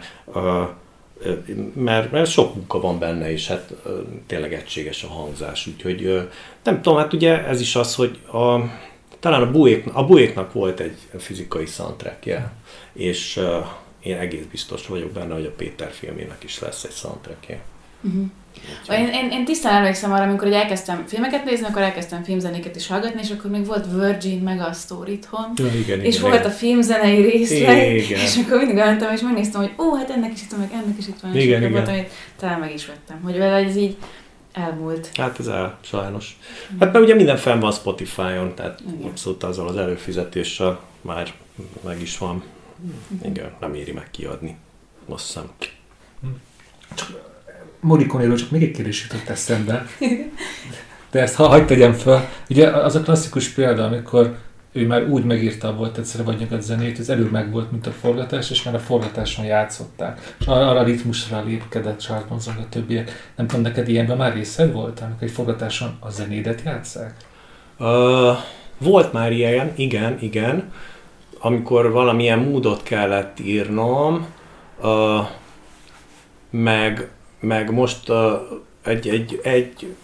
mert sok munka van benne, és hát tényleg egységes a hangzás, úgyhogy nem tudom, hát ugye ez is az, hogy talán a Buéknak volt egy fizikai soundtrackje, és én egész biztos vagyok benne, hogy a Péter filmének is lesz egy soundtrackje. Én tisztán emlékszem arra, amikor elkezdtem filmeket nézni, akkor elkezdtem filmzenéket is hallgatni, és akkor még volt Virgin meg a Store itthon, és volt a filmzenei részleg, és akkor mindig álltam, és megnéztem, hogy hát ennek is itt van, meg ennek is itt van, és akkor voltam, hogy talán meg is vettem, hogy vele ez így elmúlt. Hát ez sajnos. Hát mert ugye minden fenn van Spotify-on, tehát abszolút azzal az előfizetéssel már meg is van. Igen, nem éri meg kiadni. Azt hiszem. Morricone-ről csak még egy kérdés jutott eszembe, de ezt hagyd tegyem fel. Ugye az a klasszikus példa, amikor ő már úgy megírta volt egyszer vagy nyugat zenét, hogy előbb meg volt, mint a forgatás, és már a forgatáson játszották. És arra a ritmusra lépkedett Charles Bronson, a többiek. Nem tudom, neked ilyenben már részed volt, amikor egy forgatáson a zenédet játsszák? Volt már ilyen, igen. Amikor valamilyen módot kellett írnom, meg most egy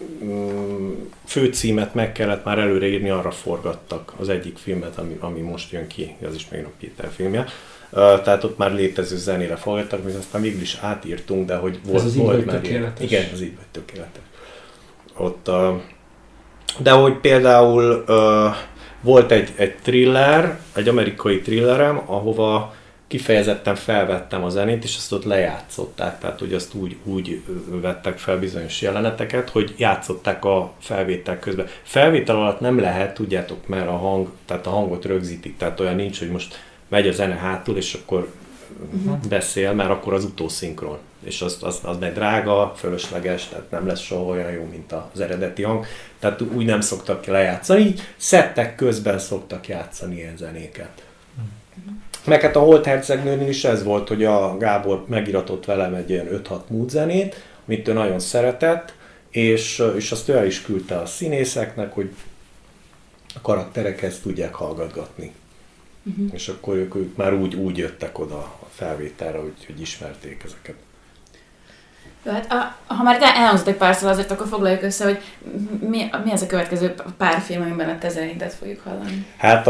főcímet meg kellett már előre írni, arra forgattak az egyik filmet, ami most jön ki, az is még a Péter filmje. Tehát ott már létező zenére forgattak, mi aztán végül is átírtunk, de hogy volt már tökéletes. Igen, az így vagy tökéletes. Ott, de hogy például volt egy thriller, egy amerikai thrillerem, ahova kifejezetten felvettem a zenét, és azt ott lejátszották, tehát hogy azt úgy vettek fel bizonyos jeleneteket, hogy játszották a felvétel közben. Felvétel alatt nem lehet, tudjátok, mert tehát a hangot rögzítik, tehát olyan nincs, hogy most megy a zene hátul, és akkor beszél, mert akkor az utószinkron. És az meg drága, fölösleges, tehát nem lesz soha olyan jó, mint az eredeti hang. Tehát úgy nem szoktak lejátszani, így szettek közben szoktak játszani ilyen zenéket. Meg hát a Holt hercegnőnél is ez volt, hogy a Gábor megiratott velem egy ilyen 5-6 mood zenét, amit ő nagyon szeretett, és azt ő el is küldte a színészeknek, hogy a karakterek ezt tudják hallgatgatni. És akkor ők már úgy jöttek oda a felvételre, hogy ismerték ezeket. Jó, hát ha már elhangzott egy pár szó, azért akkor foglaljuk össze, hogy mi az a következő pár film, amiben a te zenédet fogjuk hallani. Hát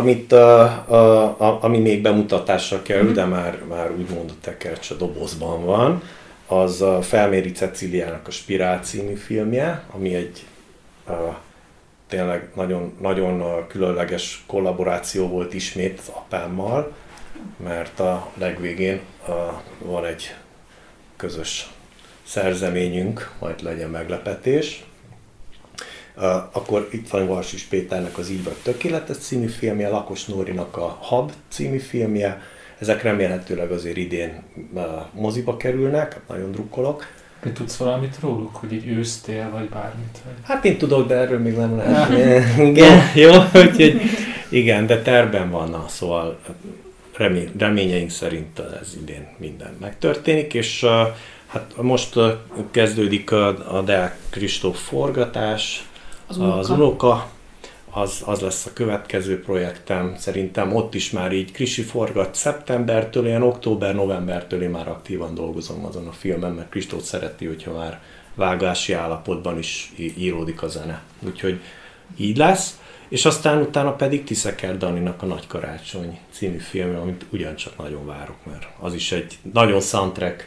ami még bemutatásra kerül, de már úgymond a tekercs a dobozban van, az a Felméri Cecíliának a Spirál című filmje, ami egy tényleg nagyon, nagyon különleges kollaboráció volt ismét az apámmal, mert a legvégén van egy közös szerzeményünk, majd legyen meglepetés. Akkor itt van Varsis Péternek az Így vagy tökéletes című filmje, Lakos Nórinak a Hab című filmje. Ezek remélhetőleg azért idén moziba kerülnek, nagyon drukkolok. Te tudsz valamit róluk, hogy így ősztél, vagy bármit? Vagy? Hát én tudok, de erről még nem lehet. Igen, jó, úgyhogy igen, de tervben van, szóval reményeink szerint ez idén minden megtörténik, és hát most kezdődik a Deák Kristóf forgatás, az unoka, az lesz a következő projektem, szerintem ott is már így Krisi forgat szeptembertől, ilyen október-novembertől én már aktívan dolgozom azon a filmen, mert Kristóf szereti, hogyha már vágási állapotban is íródik a zene. Úgyhogy így lesz, és aztán utána pedig Tiszeker Daninak a Nagy Karácsony című film, amit ugyancsak nagyon várok, mert az is egy nagyon soundtrack,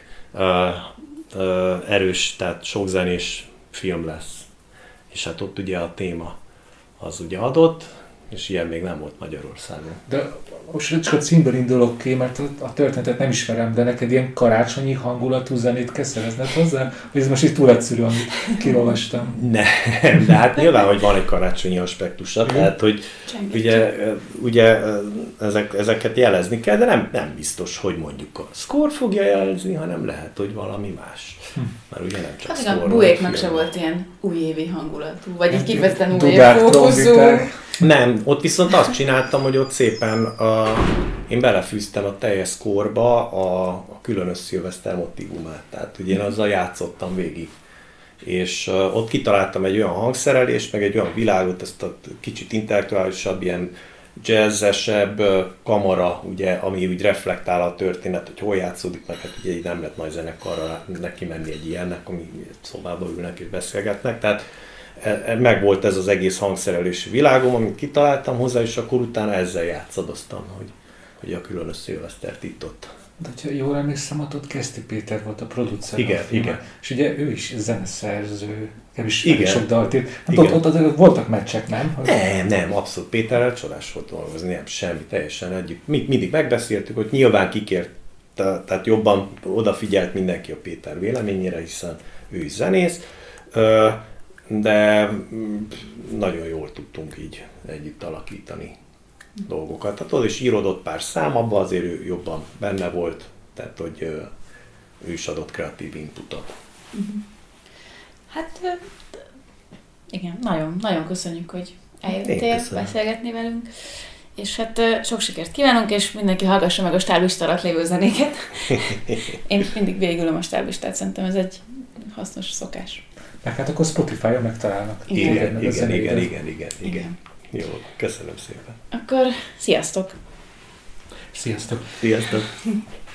erős, tehát sokzenés film lesz. És hát ott ugye a téma az ugye adott, és ilyen még nem volt Magyarországon. De most csak a címből indulok ki, mert a történetet nem ismerem, de neked ilyen karácsonyi hangulatú zenét kell szerezned hozzá? Vagy ez most így túl egyszerű, amit kiolvastam? Nem, de hát nyilván, hogy van egy karácsonyi aspektusa, tehát hogy ugye ezeket jelezni kell, de nem biztos, hogy mondjuk a score fogja jelezni, hanem lehet, hogy valami más. Mert ugye nem csak score. A Buéknak se volt ilyen újévi hangulatú, vagy így kifejezetten újévi fókuszú. Nem, ott viszont azt csináltam, hogy ott szépen én belefűztem a teljes score-ba a különös szilveszter motívumát, tehát ugye én azzal játszottam végig. És ott kitaláltam egy olyan hangszerelést, meg egy olyan világot, ezt a kicsit intellektuálisabb, ilyen jazzesebb kamara, ugye, ami úgy reflektál a történet, hogy hol játszódik, meg hát ugye így nem lehet nagy zenekarra neki menni egy ilyennek, ami szobába ülnek és beszélgetnek, tehát meg volt ez az egész hangszerelési világom, amit kitaláltam hozzá, és akkor utána ezzel játszadoztam, hogy a különös szilvesztert itt ott. De ha jól emlékszem, ott Keszti Péter volt a producer. Igen. És ugye ő is zeneszerző, kevés sok dalt írt. Ott voltak meccsek, nem? Nem, abszolút. Péterrel csodás volt dolgozni, nem semmi, teljesen együtt. Mindig megbeszéltük, hogy nyilván kikért, tehát jobban odafigyelt mindenki a Péter véleményére, hiszen ő is zenész, de nagyon jól tudtunk így együtt alakítani dolgokat. Tehát az is írodott pár szám, abban azért ő jobban benne volt, tehát hogy ő is adott kreatív inputot. Hát igen, nagyon, nagyon köszönjük, hogy eljöttél beszélgetni velünk, és hát sok sikert kívánunk, és mindenki hallgassa meg a stáblista alatt lévő zenéket. Én mindig végülöm a stáblistát, szerintem ez egy hasznos szokás. Meg hát akkor Spotify-on megtalálnak. Igen. Jó, köszönöm szépen. Akkor sziasztok! Sziasztok! Sziasztok!